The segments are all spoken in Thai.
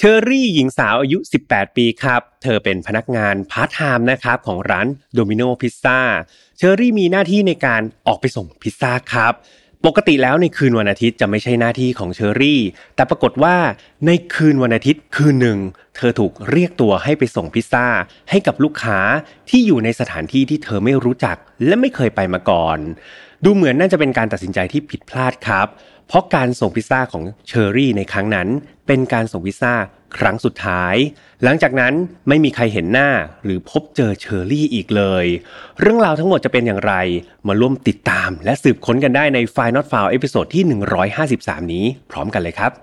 เชอรี่หญิงสาวอายุ18ปีครับเธอเป็นพนักงานพาร์ทไทม์นะครับของร้านโดมิโนพิซซ่าเชอรี่มีหน้าที่ในการออกไปส่งพิซซ่าครับปกติแล้วในคืนวันอาทิตย์จะไม่ใช่หน้าที่ของเชอรี่แต่ปรากฏว่าในคืนวันอาทิตย์คืนหนึ่งเธอถูกเรียกตัวให้ไปส่งพิซซ่าให้กับลูกค้าที่อยู่ในสถานที่ที่เธอไม่รู้จักและไม่เคยไปมาก่อนดูเหมือนน่าจะเป็นการตัดสินใจที่ผิดพลาดครับเพราะการส่งพิซซ่าของเชอรี่ในครั้งนั้นเป็นการส่งพิซซ่าครั้งสุดท้ายหลังจากนั้นไม่มีใครเห็นหน้าหรือพบเจอเชอรี่อีกเลยเรื่องราวทั้งหมดจะเป็นอย่างไรมาร่วมติดตามและสืบค้นกันได้ใน File Not Found เอพิโซดที่153นี้พร้อมกันเลยครับ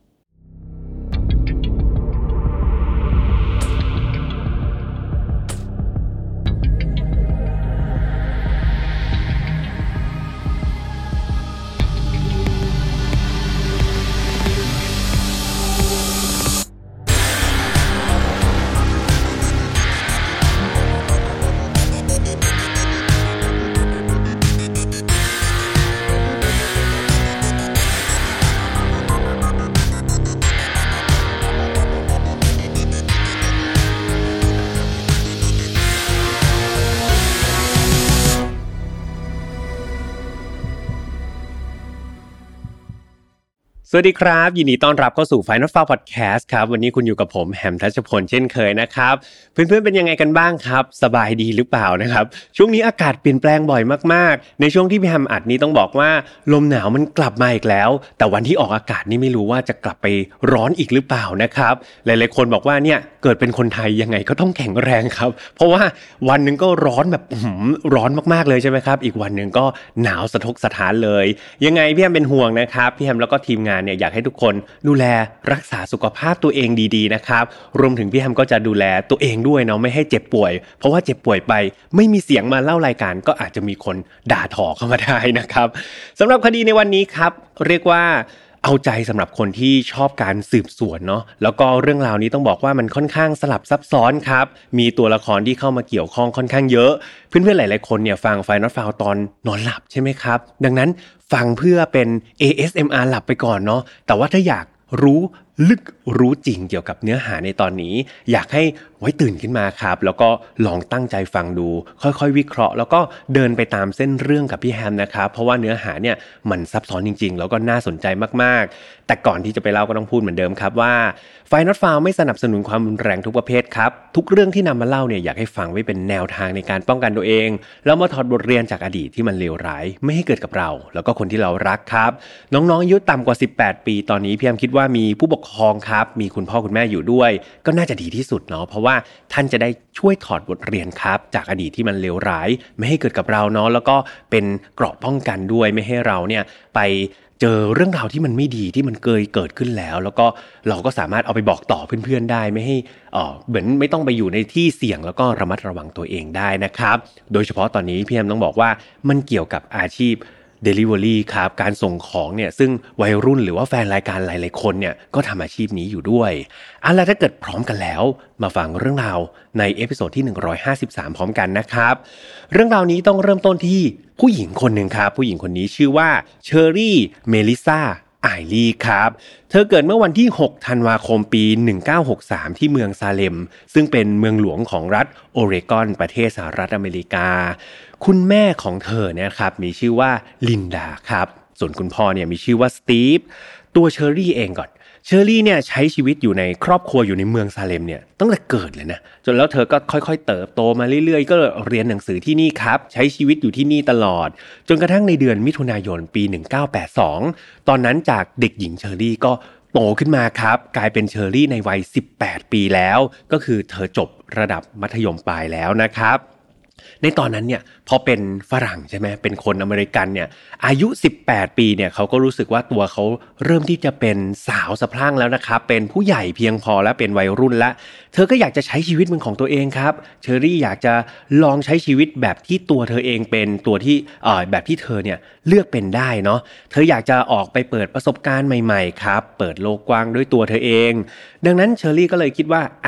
สวัสดีครับยินดีต้อนรับเข้าสู่ File Not Found Podcast ครับวันนี้คุณอยู่กับผมแฮมทัชพลเช่นเคยนะครับเพื่อนๆเป็นยังไงกันบ้างครับสบายดีหรือเปล่านะครับช่วงนี้อากาศเปลี่ยนแปลงบ่อยมากๆในช่วงที่พี่แฮมอัดนี้ต้องบอกว่าลมหนาวมันกลับมาอีกแล้วแต่วันที่ออกอากาศนี่ไม่รู้ว่าจะกลับไปร้อนอีกหรือเปล่านะครับหลายๆคนบอกว่าเนี่ยเกิดเป็นคนไทยยังไงก็ต้องแข็งแรงครับเพราะว่าวันนึงก็ร้อนแบบร้อนมากๆเลยใช่ไหมครับอีกวันนึงก็หนาวสะทกสะท้านเลยยังไงพี่แฮมเป็นห่วงนะครับพี่แฮมแล้วก็ทีมงานเนี่ยอยากให้ทุกคนดูแลรักษาสุขภาพตัวเองดีๆนะครับรวมถึงพี่แฮมก็จะดูแลตัวเองด้วยเนาะไม่ให้เจ็บป่วยเพราะว่าเจ็บป่วยไปไม่มีเสียงมาเล่ารายการก็อาจจะมีคนด่าถอเข้ามาได้นะครับสำหรับคดีในวันนี้ครับเรียกว่าเอาใจสำหรับคนที่ชอบการสืบสวนเนาะแล้วก็เรื่องราวนี้ต้องบอกว่ามันค่อนข้างสลับซับซ้อนครับมีตัวละครที่เข้ามาเกี่ยวข้องค่อนข้างเยอะเพื่อนๆหลายๆคนเนี่ยฟัง File Not Found ตอนนอนหลับใช่ไหมครับดังนั้นฟังเพื่อเป็น ASMR หลับไปก่อนเนาะแต่ว่าถ้าอยากรู้ลึกรู้จริงเกี่ยวกับเนื้อหาในตอนนี้อยากให้ไว้ตื่นขึ้นมาครับแล้วก็ลองตั้งใจฟังดูค่อยๆวิเคราะห์แล้วก็เดินไปตามเส้นเรื่องกับพี่แฮมนะครับเพราะว่าเนื้อหาเนี่ยมันซับซ้อนจริงๆแล้วก็น่าสนใจมากๆแต่ก่อนที่จะไปเล่าก็ต้องพูดเหมือนเดิมครับว่า File Not Found ไม่สนับสนุนความรุนแรงทุกประเภทครับทุกเรื่องที่นำมาเล่าเนี่ยอยากให้ฟังไว้เป็นแนวทางในการป้องกันตัวเองแล้วมาถอดบทเรียนจากอดีตที่มันเลวร้ายไม่ให้เกิดกับเราแล้วก็คนที่เรารักครับน้องๆอายุต่ำกว่า18ปีตอนนี้พี่แฮมคิดว่ามีผู้ปกครองครับมีคุณพ่อคุณแม่อยู่ด้วยก็น่าจะดีที่สุดเนาะเพราะว่าท่านจะได้ช่วยถอดบทเรียนครับจากอดีตที่มันเลวร้ายไม่ให้เกิดกับเราเนาะแล้วก็เป็นเกราะป้องกันด้วยไม่ให้เราเนี่ยไปเจอเรื่องราวที่มันไม่ดีที่มันเคยเกิดขึ้นแล้วก็เราก็สามารถเอาไปบอกต่อเพื่อนๆได้ไม่ให้เหมือนไม่ต้องไปอยู่ในที่เสี่ยงแล้วก็ระมัดระวังตัวเองได้นะครับโดยเฉพาะตอนนี้พี่แอมต้องบอกว่ามันเกี่ยวกับอาชีพDelivery ครับการส่งของเนี่ยซึ่งวัยรุ่นหรือว่าแฟนรายการหลายๆคนเนี่ยก็ทำอาชีพนี้อยู่ด้วยแล้วถ้าเกิดพร้อมกันแล้วมาฟังเรื่องราวในเอพิโซดที่153พร้อมกันนะครับเรื่องราวนี้ต้องเริ่มต้นที่ผู้หญิงคนหนึ่งครับผู้หญิงคนนี้ชื่อว่าเชอรี่เมลิซาไอลีครับเธอเกิดเมื่อวันที่6ธันวาคมปี1963ที่เมืองซาเลมซึ่งเป็นเมืองหลวงของรัฐโอเรกอนประเทศสหรัฐอเมริกาคุณแม่ของเธอเนี่ยครับมีชื่อว่าลินดาครับส่วนคุณพ่อเนี่ยมีชื่อว่าสตีฟตัวเชอรี่เองก่อนเชอรี่เนี่ยใช้ชีวิตอยู่ในครอบครัวอยู่ในเมืองซาเลมเนี่ยตั้งแต่เกิดเลยนะจนแล้วเธอก็ค่อยๆเติบโตมาเรื่อยๆก็เรียนหนังสือที่นี่ครับใช้ชีวิตอยู่ที่นี่ตลอดจนกระทั่งในเดือนมิถุนายนปี1982ตอนนั้นจากเด็กหญิงเชอรี่ก็โตขึ้นมาครับกลายเป็นเชอรี่ในวัย18ปีแล้วก็คือเธอจบระดับมัธยมปลายแล้วนะครับในตอนนั้นเนี่ยพอเป็นฝรั่งใช่ไหมเป็นคนอเมริกันเนี่ยอายุ18ปีเนี่ยเขาก็รู้สึกว่าตัวเขาเริ่มที่จะเป็นสาวสะพรั่งแล้วนะครับเป็นผู้ใหญ่เพียงพอและเป็นวัยรุ่นละเธอก็อยากจะใช้ชีวิตเป็นของตัวเองครับเชอรี่อยากจะลองใช้ชีวิตแบบที่ตัวเธอเองเป็นตัวที่แบบที่เธอเนี่ยเลือกเป็นได้เนาะเธออยากจะออกไปเปิดประสบการณ์ใหม่ๆครับเปิดโลกกว้างด้วยตัวเธอเองดังนั้นเชอรี่ก็เลยคิดว่า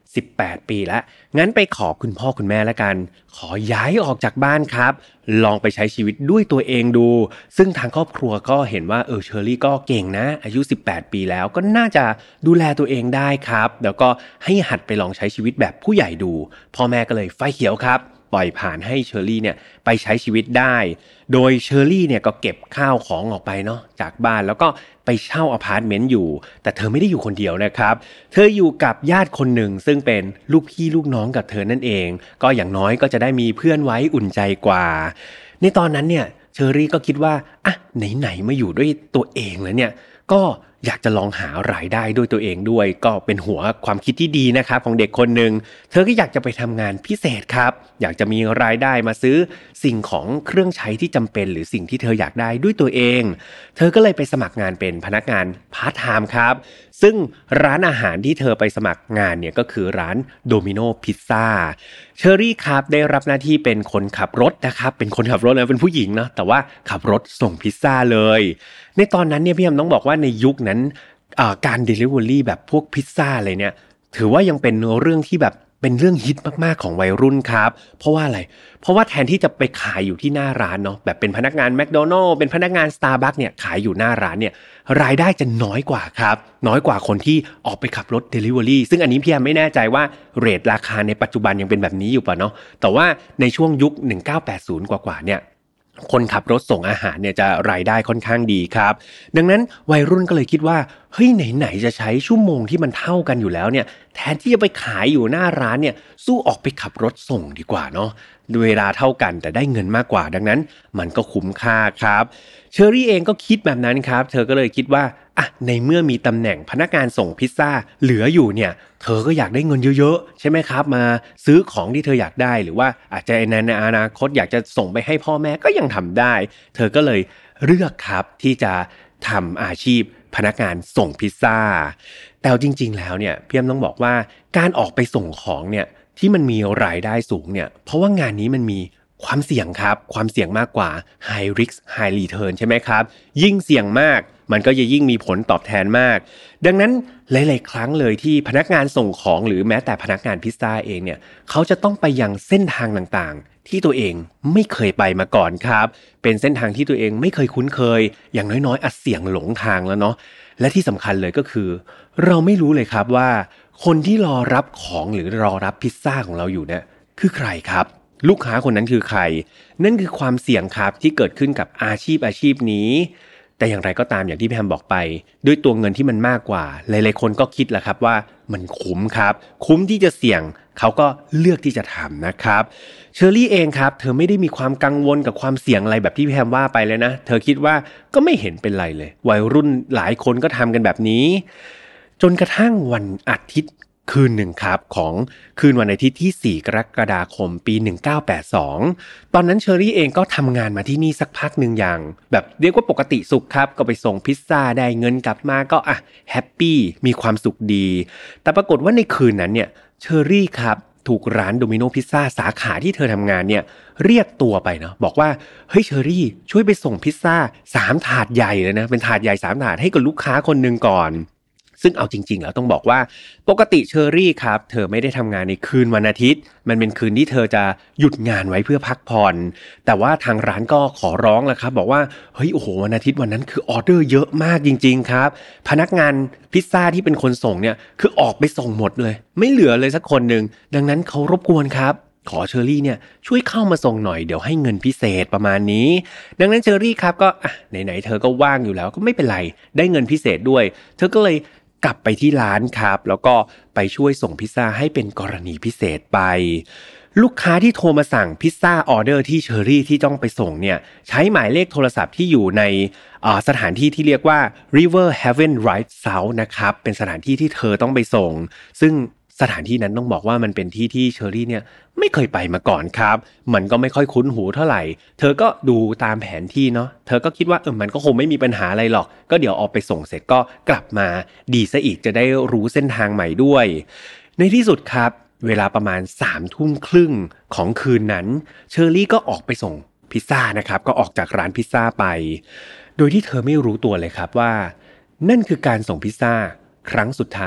18 ปีแล้วงั้นไปขอคุณพ่อคุณแม่ละกันขอย้ายออกจากบ้านครับลองไปใช้ชีวิตด้วยตัวเองดูซึ่งทางครอบครัวก็เห็นว่าเชอรี่ก็เก่งนะอายุ18 ปีแล้วก็น่าจะดูแลตัวเองได้ครับแล้วก็ให้หัดไปลองใช้ชีวิตแบบผู้ใหญ่ดูพ่อแม่ก็เลยไฟเขียวครับปล่อยผ่านให้เชอรี่เนี่ยไปใช้ชีวิตได้โดยเชอรี่เนี่ยก็เก็บข้าวของออกไปเนาะจากบ้านแล้วก็ไปเช่าอพาร์ตเมนต์อยู่แต่เธอไม่ได้อยู่คนเดียวนะครับเธออยู่กับญาติคนหนึ่งซึ่งเป็นลูกพี่ลูกน้องกับเธอนั่นเองก็อย่างน้อยก็จะได้มีเพื่อนไว้อุ่นใจกว่าในตอนนั้นเนี่ยเชอรี่ก็คิดว่าอ่ะไหนๆมาอยู่ด้วยตัวเองแล้วเนี่ยก็อยากจะลองหารายได้ด้วยตัวเองด้วยก็เป็นหัวความคิดที่ดีนะครับของเด็กคนหนึ่งเธอก็อยากจะไปทำงานพิเศษครับอยากจะมีรายได้มาซื้อสิ่งของเครื่องใช้ที่จำเป็นหรือสิ่งที่เธออยากได้ด้วยตัวเองเธอก็เลยไปสมัครงานเป็นพนักงานพาร์ทไทม์ครับซึ่งร้านอาหารที่เธอไปสมัครงานเนี่ยก็คือร้านโดมิโนพิซซ่าเชอรี่ครับได้รับหน้าที่เป็นคนขับรถนะครับเป็นคนขับรถนะเป็นผู้หญิงนะแต่ว่าขับรถส่งพิซซ่าเลยในตอนนั้นเนี่ยพี่แอมต้องบอกว่าในยุคนั้นการ delivery แบบพวกพิซซ่าอะไรเนี่ยถือว่ายังเป็นเรื่องที่แบบเป็นเรื่องฮิตมากๆของวัยรุ่นครับเพราะว่าอะไรเพราะว่าแทนที่จะไปขายอยู่ที่หน้าร้านเนาะแบบเป็นพนักงานแมคโดนัลด์เป็นพนักงาน Starbucks เนี่ยขายอยู่หน้าร้านเนี่ยรายได้จะน้อยกว่าครับน้อยกว่าคนที่ออกไปขับรถ delivery ซึ่งอันนี้พี่แอมไม่แน่ใจว่าเรทราคาในปัจจุบันยังเป็นแบบนี้อยู่ป่ะเนาะแต่ว่าในช่วงยุค1980กว่าๆเนี่ยคนขับรถส่งอาหารเนี่ยจะรายได้ค่อนข้างดีครับดังนั้นวัยรุ่นก็เลยคิดว่าเฮ้ยไหนๆจะใช้ชั่วโมงที่มันเท่ากันอยู่แล้วเนี่ยแทนที่จะไปขายอยู่หน้าร้านเนี่ยสู้ออกไปขับรถส่งดีกว่าเนาะเวลาเท่ากันแต่ได้เงินมากกว่าดังนั้นมันก็คุ้มค่าครับเชอรี่เองก็คิดแบบนั้นครับเธอก็เลยคิดว่าอ่ะในเมื่อมีตำแหน่งพนักงานส่งพิซซ่าเหลืออยู่เนี่ยเธอก็อยากได้เงินเยอะๆใช่ไหมครับมาซื้อของที่เธออยากได้หรือว่าอาจจะในอนาคตอยากจะส่งไปให้พ่อแม่ก็ยังทำได้เธอก็เลยเลือกครับที่จะทำอาชีพพนักงานส่งพิซซ่าแต่จริงๆแล้วเนี่ยพี่แอมต้องบอกว่าการออกไปส่งของเนี่ยที่มันมีรายได้สูงเนี่ยเพราะว่างานนี้มันมีความเสี่ยงครับความเสี่ยงมากกว่า high risk high return ใช่ไหมครับยิ่งเสี่ยงมากมันก็จะยิ่งมีผลตอบแทนมากดังนั้นหลายๆครั้งเลยที่พนักงานส่งของหรือแม้แต่พนักงานพิซซ่าเองเนี่ยเขาจะต้องไปยังเส้นทางต่างๆที่ตัวเองไม่เคยไปมาก่อนครับเป็นเส้นทางที่ตัวเองไม่เคยคุ้นเคยอย่างน้อยๆเสี่ยงหลงทางแล้วเนาะและที่สำคัญเลยก็คือเราไม่รู้เลยครับว่าคนที่รอรับของหรือรอรับพิซซ่าของเราอยู่เนี่ยคือใครครับลูกค้าคนนั้นคือใครนั่นคือความเสี่ยงครับที่เกิดขึ้นกับอาชีพนี้แต่อย่างไรก็ตามอย่างที่พี่แฮมบอกไปด้วยตัวเงินที่มันมากกว่าหลายๆคนก็คิดแหละครับว่ามันคุ้มครับคุ้มที่จะเสี่ยงเขาก็เลือกที่จะทำนะครับเชอรี่เองครับเธอไม่ได้มีความกังวลกับความเสี่ยงอะไรแบบที่พี่แฮมว่าไปเลยนะเธอคิดว่าก็ไม่เห็นเป็นไรเลยวัยรุ่นหลายคนก็ทำกันแบบนี้จนกระทั่งวันอาทิตย์คืนหนึ่งครับของคืนวันอาทิตย์ที่4กรกฎาคมปี1982ตอนนั้นเชอรี่เองก็ทำงานมาที่นี่สักพักหนึ่งอย่างแบบเรียกว่าปกติสุขครับก็ไปส่งพิซซ่าได้เงินกลับมาก็แฮปปี้มีความสุขดีแต่ปรากฏว่าในคืนนั้นเนี่ยเชอรี่ครับถูกร้านโดมิโนพิซซ่าสาขาที่เธอทำงานเนี่ยเรียกตัวไปเนาะบอกว่าเฮ้ยเชอรี่ช่วยไปส่งพิซซ่า3ถาดใหญ่เลยนะเป็นถาดใหญ่3ถาดให้กับลูกค้าคนนึงก่อนซึ่งเอาจริงๆแล้วต้องบอกว่าปกติเชอรี่ครับเธอไม่ได้ทำงานในคืนวันอาทิตย์มันเป็นคืนที่เธอจะหยุดงานไว้เพื่อพักผ่อนแต่ว่าทางร้านก็ขอร้องแหละครับบอกว่าเฮ้ยโอ้โหวันอาทิตย์วันนั้นคือออเดอร์เยอะมากจริงๆครับพนักงานพิซซ่าที่เป็นคนส่งเนี่ยคือออกไปส่งหมดเลยไม่เหลือเลยสักคนนึงดังนั้นเขารบกวนครับขอเชอรี่เนี่ยช่วยเข้ามาส่งหน่อยเดี๋ยวให้เงินพิเศษประมาณนี้ดังนั้นเชอรี่ครับก็ไหนๆเธอก็ว่างอยู่แล้วก็ไม่เป็นไรได้เงินพิเศษด้วยเธอก็เลยกลับไปที่ร้านครับแล้วก็ไปช่วยส่งพิซซ่าให้เป็นกรณีพิเศษไปลูกค้าที่โทรมาสั่งพิซซ่าออเดอร์ที่เชอรี่ที่ต้องไปส่งเนี่ยใช้หมายเลขโทรศัพท์ที่อยู่ในสถานที่ที่เรียกว่า River Haven Right South นะครับเป็นสถานที่ที่เธอต้องไปส่งซึ่งสถานที่นั้นต้องบอกว่ามันเป็นที่ที่เชอรี่เนี่ยไม่เคยไปมาก่อนครับมันก็ไม่ค่อยคุ้นหูเท่าไหร่เธอก็ดูตามแผนที่เนาะเธอก็คิดว่ามันก็คงไม่มีปัญหาอะไรหรอกก็เดี๋ยวออกไปส่งเสร็จก็กลับมาดีซะอีกจะได้รู้เส้นทางใหม่ด้วยในที่สุดครับเวลาประมาณ21:30ของคืนนั้นเชอรี่ก็ออกไปส่งพิซซ่านะครับก็ออกจากร้านพิซซ่าไปโดยที่เธอไม่รู้ตัวเลยครับว่านั่นคือการส่งพิซซ่าครั้งสุดท้าย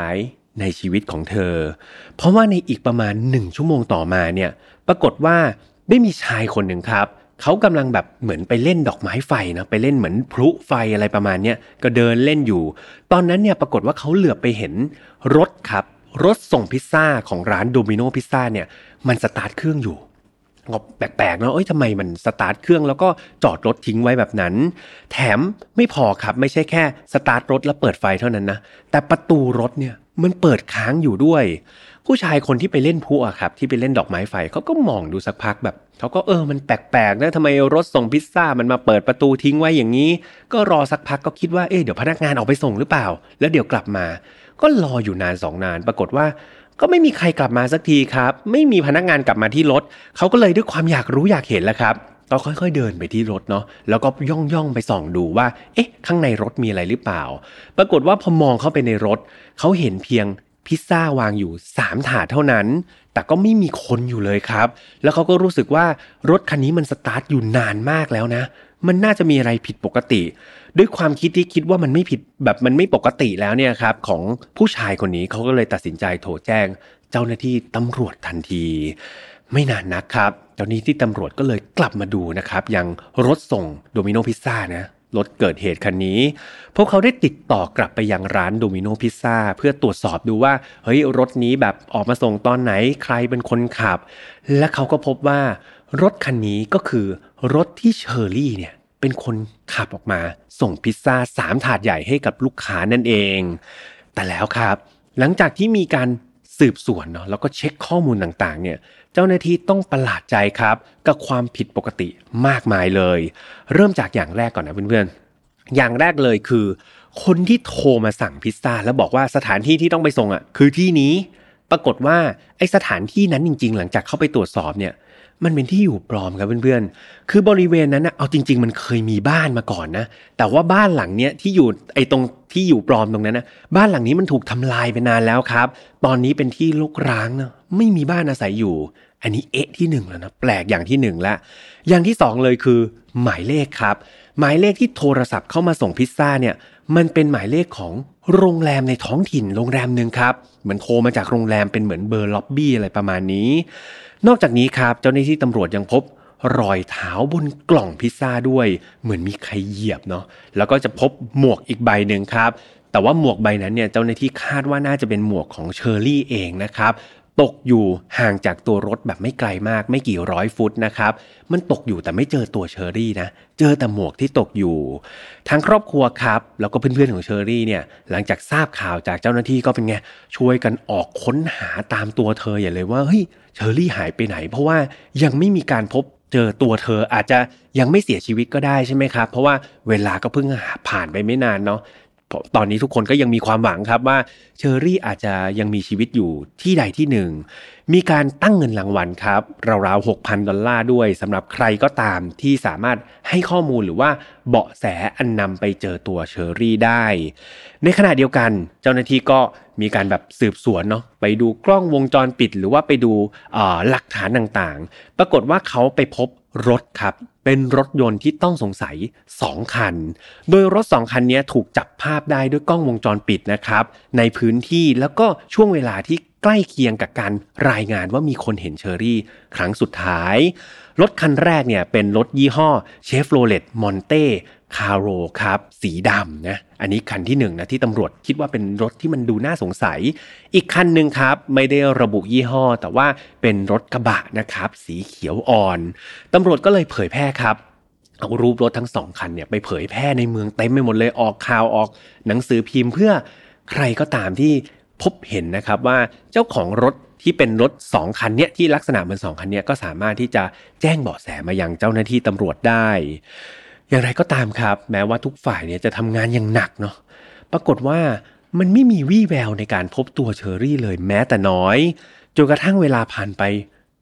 ในชีวิตของเธอเพราะว่าในอีกประมาณ1ชั่วโมงต่อมาเนี่ยปรากฏว่าได้มีชายคนหนึ่งครับเขากำลังแบบเหมือนไปเล่นดอกไม้ไฟนะไปเล่นเหมือนพลุไฟอะไรประมาณเนี้ยก็เดินเล่นอยู่ตอนนั้นเนี่ยปรากฏว่าเขาเหลือบไปเห็นรถครับรถส่งพิซซ่าของร้านโดมิโนพิซซ่าเนี่ยมันสตาร์ทเครื่องอยู่ก็แปลกๆเนาะทำไมมันสตาร์ทเครื่องแล้วก็จอดรถทิ้งไว้แบบนั้นแถมไม่พอครับไม่ใช่แค่สตาร์ทรถแล้วเปิดไฟเท่านั้นนะแต่ประตูรถเนี่ยมันเปิดค้างอยู่ด้วยผู้ชายคนที่ไปเล่นพลุอะครับที่ไปเล่นดอกไม้ไฟเขาก็มองดูสักพักแบบเขาก็มันแปลกๆนะทำไมรถส่งพิซซ่ามันมาเปิดประตูทิ้งไว้อย่างนี้ก็รอสักพักก็คิดว่าเดี๋ยวพนักงานออกไปส่งหรือเปล่าแล้วเดี๋ยวกลับมาก็รออยู่นาน2 นานปรากฏว่าก็ไม่มีใครกลับมาสักทีครับไม่มีพนักงานกลับมาที่รถเขาก็เลยด้วยความอยากรู้อยากเห็นแหละครับก็ค่อยๆเดินไปที่รถเนาะแล้วก็ย่องไปส่องดูว่าข้างในรถมีอะไรหรือเปล่าปรากฏว่าพอมองเข้าไปในรถเขาเห็นเพียงพิซซ่าวางอยู่3 ถาดเท่านั้นแต่ก็ไม่มีคนอยู่เลยครับแล้วเขาก็รู้สึกว่ารถคันนี้มันสตาร์ทอยู่นานมากแล้วนะมันน่าจะมีอะไรผิดปกติด้วยความคิดที่คิดว่ามันไม่ผิดแบบมันไม่ปกติแล้วเนี่ยครับของผู้ชายคนนี้เขาก็เลยตัดสินใจโทรแจ้งเจ้าหน้าที่ตำรวจทันทีไม่นานนักครับเจ้าหน้าที่ตำรวจก็เลยกลับมาดูนะครับยังรถส่งโดมิโนพิซซ่านะรถเกิดเหตุคันนี้พวกเขาได้ติดต่อกลับไปยังร้านโดมิโนพิซซ่าเพื่อตรวจสอบดูว่ารถนี้แบบออกมาส่งตอนไหนใครเป็นคนขับและเขาก็พบว่ารถคันนี้ก็คือรถที่เชอรี่เนี่ยเป็นคนขับออกมาส่งพิซซ่า3 ถาดใหญ่ให้กับลูกค้านั่นเองแต่แล้วครับหลังจากที่มีการสืบสวนเนาะแล้วก็เช็คข้อมูลต่างๆเนี่ยเจ้าหน้าที่ต้องประหลาดใจครับกับความผิดปกติมากมายเลยเริ่มจากอย่างแรกก่อนนะเพื่อนๆอย่างแรกเลยคือคนที่โทรมาสั่งพิซซ่าแล้วบอกว่าสถานที่ที่ต้องไปส่งคือที่นี้ปรากฏว่าไอ้สถานที่นั้นจริงๆหลังจากเข้าไปตรวจสอบเนี่ยมันเป็นที่อยู่ปลอมครับเพื่อนๆคือบริเวณนั้นเอาจริงๆมันเคยมีบ้านมาก่อนนะแต่ว่าบ้านหลังเนี้ยที่อยู่ตรงที่อยู่ปลอมตรงนั้นนะบ้านหลังนี้มันถูกทำลายไปนานแล้วครับตอนนี้เป็นที่รกร้างนะไม่มีบ้านอาศัยอยู่อันนี้ที่1แล้วนะแปลกอย่างที่1ละอย่างที่2เลยคือหมายเลขครับหมายเลขที่โทรศัพท์เข้ามาส่งพิซซ่าเนี่ยมันเป็นหมายเลขของโรงแรมในท้องถิ่นโรงแรมนึงครับเหมือนโทรมาจากโรงแรมเป็นเหมือนเบอร์ล็อบบี้อะไรประมาณนี้นอกจากนี้ครับเจ้าหน้าที่ตำรวจยังพบรอยเท้าบนกล่องพิซซ่าด้วยเหมือนมีใครเหยียบเนาะแล้วก็จะพบหมวกอีกใบนึงครับแต่ว่าหมวกใบนั้นเนี่ยเจ้าหน้าที่คาดว่าน่าจะเป็นหมวกของเชอรี่เองนะครับตกอยู่ห่างจากตัวรถแบบไม่ไกลมากไม่กี่ร้อยฟุตนะครับมันตกอยู่แต่ไม่เจอตัวเชอรี่นะเจอแต่หมวกที่ตกอยู่ทางครอบครัวครับแล้วก็เพื่อนๆของเชอรี่เนี่ยหลังจากทราบข่าวจากเจ้าหน้าที่ก็เป็นไงช่วยกันออกค้นหาตามตัวเธออย่างเลยว่าเชอรี่หายไปไหนเพราะว่ายังไม่มีการพบเจอตัวเธออาจจะยังไม่เสียชีวิตก็ได้ใช่ไหมครับเพราะว่าเวลาก็เพิ่งผ่านไปไม่นานเนาะตอนนี้ทุกคนก็ยังมีความหวังครับว่าเชอรี่อาจจะยังมีชีวิตอยู่ที่ใดที่หนึ่งมีการตั้งเงินรางวัลครับราวๆ $6,000 ด้วยสำหรับใครก็ตามที่สามารถให้ข้อมูลหรือว่าเบาะแสอันนำไปเจอตัวเชอรี่ได้ในขณะเดียวกันเจ้าหน้าที่ก็มีการแบบสืบสวนเนาะไปดูกล้องวงจรปิดหรือว่าไปดูหลักฐานต่างๆปรากฏว่าเขาไปพบรถครับเป็นรถยนต์ที่ต้องสงสัย2 คันโดยรถ2 คันนี้ถูกจับภาพได้ด้วยกล้องวงจรปิดนะครับในพื้นที่แล้วก็ช่วงเวลาที่ใกล้เคียงกับการรายงานว่ามีคนเห็นเชอรี่ครั้งสุดท้ายรถคันแรกเนี่ยเป็นรถยี่ห้อ Chevrolet Monte Carlo ครับสีดำนะอันนี้คันที่1นะที่ตำรวจคิดว่าเป็นรถที่มันดูน่าสงสัยอีกคันนึงครับไม่ได้ระบุยี่ห้อแต่ว่าเป็นรถกระบะนะครับสีเขียวอ่อนตำรวจก็เลยเผยแพร่ครับเอารูปรถทั้ง2 คันเนี่ยไปเผยแพร่ในเมืองเต็มไปหมดเลยออกข่าวออกหนังสือพิมพ์เพื่อใครก็ตามที่พบเห็นนะครับว่าเจ้าของรถที่เป็นรถ2 คันเนี้ยที่ลักษณะเหมือน2 คันเนี้ยก็สามารถที่จะแจ้งเบาะแสมายังเจ้าหน้าที่ตำรวจได้อย่างไรก็ตามครับแม้ว่าทุกฝ่ายเนี่ยจะทำงานอย่างหนักเนาะปรากฏว่ามันไม่มีวี่แววในการพบตัวเชอรี่เลยแม้แต่น้อยจนกระทั่งเวลาผ่านไป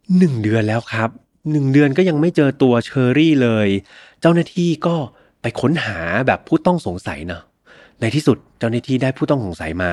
1 เดือนแล้วครับ1 เดือนก็ยังไม่เจอตัวเชอรี่เลยเจ้าหน้าที่ก็ไปค้นหาแบบผู้ต้องสงสัยนะในที่สุดเจ้าหน้าที่ได้ผู้ต้องสงสัยมา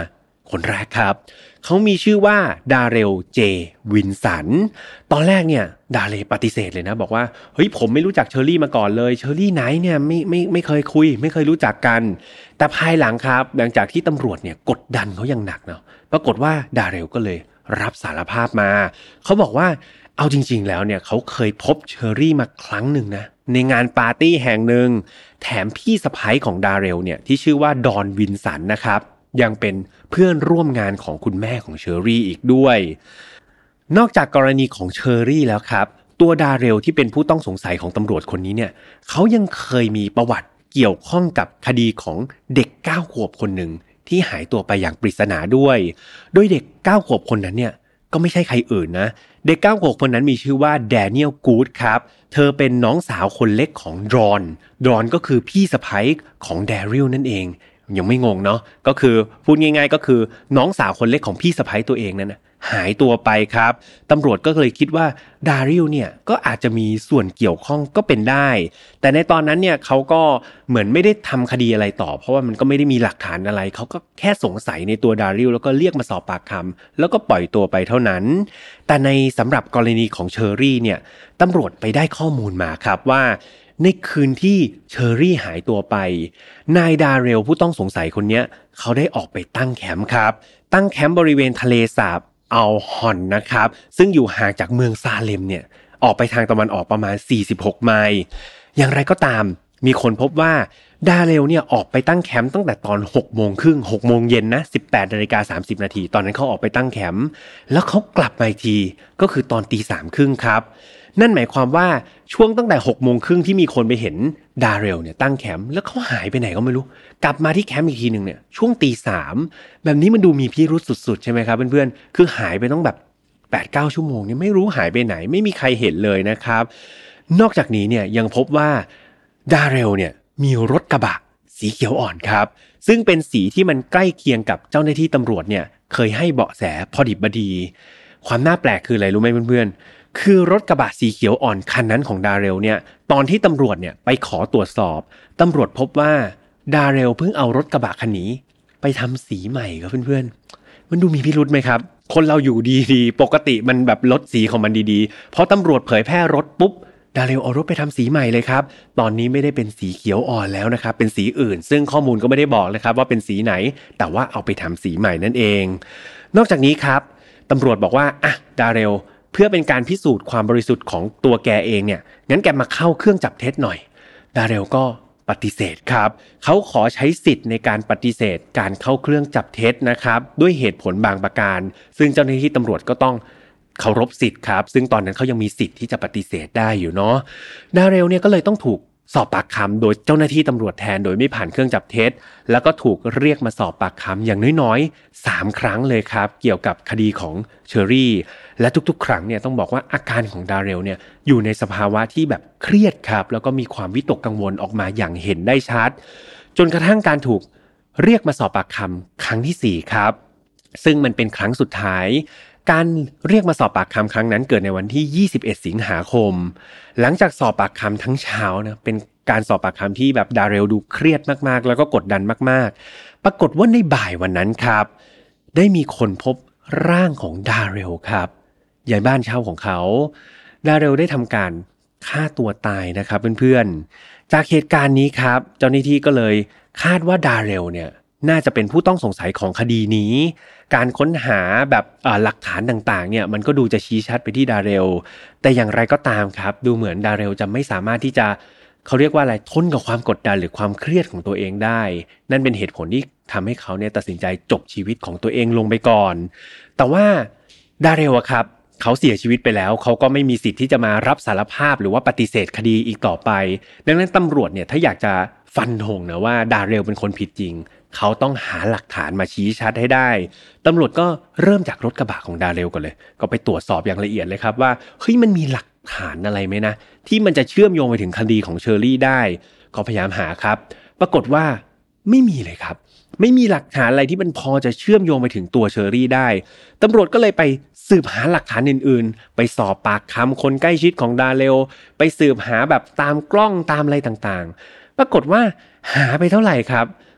คนแรกครับเขามีชื่อว่าดาเรลเจวินสันตอนแรกเนี่ยดาเรลปฏิเสธเลยนะบอกว่าเฮ้ยผมไม่รู้จักเชอรี่มาก่อนเลยเชอรี่ไหนเนี่ยไม่เคยคุยไม่เคยรู้จักกันแต่ภายหลังครับหลังจากที่ตำรวจเนี่ยกดดันเขาอย่างหนักเนาะปรากฏว่าดาเรลก็เลยรับสารภาพมาเขาบอกว่าเอาจริงๆแล้วเนี่ยเขาเคยพบเชอรี่มาครั้งหนึ่งนะในงานปาร์ตี้แห่งหนึ่งแถมพี่สะใภ้ของดาเรลเนี่ยที่ชื่อว่าดอนวินสันนะครับยังเป็นเพื่อนร่วมงานของคุณแม่ของเชอรี่อีกด้วยนอกจากกรณีของเชอรี่แล้วครับตัวดาเรลที่เป็นผู้ต้องสงสัยของตำรวจคนนี้เนี่ยเขายังเคยมีประวัติเกี่ยวข้องกับคดีของเด็ก9 ขวบคนหนึ่งที่หายตัวไปอย่างปริศนาด้วยโดยเด็ก9 ขวบคนนั้นเนี่ยก็ไม่ใช่ใครอื่นนะเด็ก9 ขวบคนนั้นมีชื่อว่าแดเนียลกูดครับเธอเป็นน้องสาวคนเล็กของดอนก็คือพี่สะใภ้ของแดริลนั่นเองยังไม่งงเนาะก็คือพูดง่ายๆก็คือน้องสาวคนเล็กของพี่สะใภ้ตัวเองนั่นนะหายตัวไปครับตำรวจก็เลยคิดว่าดาริลเนี่ยก็อาจจะมีส่วนเกี่ยวข้องก็เป็นได้แต่ในตอนนั้นเนี่ยเขาก็เหมือนไม่ได้ทำคดีอะไรต่อเพราะว่ามันก็ไม่ได้มีหลักฐานอะไรเขาก็แค่สงสัยในตัวดาริลแล้วก็เรียกมาสอบปากคำแล้วก็ปล่อยตัวไปเท่านั้นแต่ในสำหรับกรณีของเชอรี่เนี่ยตำรวจไปได้ข้อมูลมาครับว่าในคืนที่เชอรี่หายตัวไปนายดาเรลผู้ต้องสงสัยคนนี้เขาได้ออกไปตั้งแคมป์ครับตั้งแคมป์บริเวณทะเลสาบอัลฮอนนะครับซึ่งอยู่ห่างจากเมืองซาเลมเนี่ยออกไปทางตะวันออกประมาณ46 ไมล์อย่างไรก็ตามมีคนพบว่าดาเรลเนี่ยออกไปตั้งแคมป์ตั้งแต่ตอน6 โมงครึ่ง6 โมงเย็นนะ 18:30 นาทีตอนนั้นเขาออกไปตั้งแคมป์แล้วเขากลับมาอีกทีก็คือตอน 3:30 ครับนั่นหมายความว่าช่วงตั้งแต่6 โมงครึ่งที่มีคนไปเห็นดาเรลเนี่ยตั้งแคมป์แล้วเขาหายไปไหนก็ไม่รู้กลับมาที่แคมป์อีกทีนึงเนี่ยช่วง 3:00แบบนี้มันดูมีพิรุธสุดๆใช่ไหมครับเพื่อนๆคือหายไปต้องแบบ 8-9 ชั่วโมงเนี่ยไม่รู้หายไปไหนไม่มีใครเห็นเลยนะครับนอกจากนี้เนี่ยยังพบว่าดาเรลเนี่ยมีรถกระบะสีเขียวอ่อนครับซึ่งเป็นสีที่มันใกล้เคียงกับเจ้าหน้าที่ตำรวจเนี่ยเคยให้เบาะแสพอดิบพอดีความน่าแปลกคืออะไรรู้ไหมเพื่อนๆคือรถกระบะสีเขียวอ่อนคันนั้นของดาเรลเนี่ยตอนที่ตำรวจเนี่ยไปขอตรวจสอบตำรวจพบว่าดาเรลเพิ่งเอารถกระบะคันนี้ไปทำสีใหม่ครับเพื่อนๆมันดูมีพิรุธไหมครับคนเราอยู่ดีๆปกติมันแบบรถสีของมันดีๆพอตำรวจเผยแพร่รถปุ๊บดาเรลเอารถไปทำสีใหม่เลยครับตอนนี้ไม่ได้เป็นสีเขียวอ่อนแล้วนะครับเป็นสีอื่นซึ่งข้อมูลก็ไม่ได้บอกเลยครับว่าเป็นสีไหนแต่ว่าเอาไปทำสีใหม่นั่นเองนอกจากนี้ครับตำรวจบอกว่าดาเรลเพื่อเป็นการพิสูจน์ความบริสุทธิ์ของตัวแกเองเนี่ยงั้นแกมาเข้าเครื่องจับเท็จหน่อยดาเรลก็ปฏิเสธครับเขาขอใช้สิทธิ์ในการปฏิเสธการเข้าเครื่องจับเท็จนะครับด้วยเหตุผลบางประการซึ่งเจ้าหน้าที่ตำรวจก็ต้องเคารพสิทธิ์ครับซึ่งตอนนั้นเขายังมีสิทธิ์ที่จะปฏิเสธได้อยู่เนาะดาเรลเนี่ยก็เลยต้องถูกสอบปากคำโดยเจ้าหน้าที่ตำรวจแทนโดยไม่ผ่านเครื่องจับเท็จแล้วก็ถูกเรียกมาสอบปากคำอย่างน้อยๆ3 ครั้งเลยครับเกี่ยวกับคดีของเชอรี่และทุกๆครั้งเนี่ยต้องบอกว่าอาการของดาเรลเนี่ยอยู่ในสภาวะที่แบบเครียดครับแล้วก็มีความวิตกกังวลออกมาอย่างเห็นได้ชัดจนกระทั่งการถูกเรียกมาสอบปากคำครั้งที่4ครับซึ่งมันเป็นครั้งสุดท้ายการเรียกมาสอบปากคำครั้งนั้นเกิดในวันที่21 สิงหาคมหลังจากสอบปากคำทั้งเช้านะเป็นการสอบปากคำที่แบบดาเรลดูเครียดมากๆแล้วก็กดดันมากๆปรากฏว่าในบ่ายวันนั้นครับได้มีคนพบร่างของดาเรลครับยายบ้านเช่าของเขาดาเรลได้ทำการฆ่าตัวตายนะครับเพื่อนๆจากเหตุการณ์นี้ครับเจ้าหน้าที่ก็เลยคาดว่าดาเรลเนี่ยน่าจะเป็นผู้ต้องสงสัยของคดีนี้การค้นหาแบบหลักฐานต่างๆเนี่ยมันก็ดูจะชี้ชัดไปที่ดาเรลแต่อย่างไรก็ตามครับดูเหมือนดาเรลจะไม่สามารถที่จะเขาเรียกว่าอะไรทนกับความกดดันหรือความเครียดของตัวเองได้นั่นเป็นเหตุผลที่ทำให้เขาเนี่ยตัดสินใจจบชีวิตของตัวเองลงไปก่อนแต่ว่าดาเรลอะครับเขาเสียชีวิตไปแล้วเขาก็ไม่มีสิทธิ์ที่จะมารับสารภาพหรือว่าปฏิเสธคดีอีกต่อไปดังนั้นตำรวจเนี่ยถ้าอยากจะฟันธงนะว่าดาเรลเป็นคนผิดจริงเขาต้องหาหลักฐานมาชี้ชัดให้ได้ตำรวจก็เริ่มจากรถกระบะของดาเรลก่อนเลยก็ไปตรวจสอบอย่างละเอียดเลยครับว่าเฮ้ยมันมีหลักฐานอะไรไหมนะที่มันจะเชื่อมโยงไปถึงคดีของเชอรี่ได้ก็พยายามหาครับปรากฏว่าไม่มีเลยครับไม่มีหลักฐานอะไรที่มันพอจะเชื่อมโยงไปถึงตัวเชอรี่ได้ตำรวจก็เลยไปสืบหาหลักฐานอื่นๆไปสอบปากคำคนใกล้ชิดของดาเรลไปสืบหาแบบตามกล้องตามอะไรต่างๆปรากฏว่าหาไปเท่าไหร่ครับ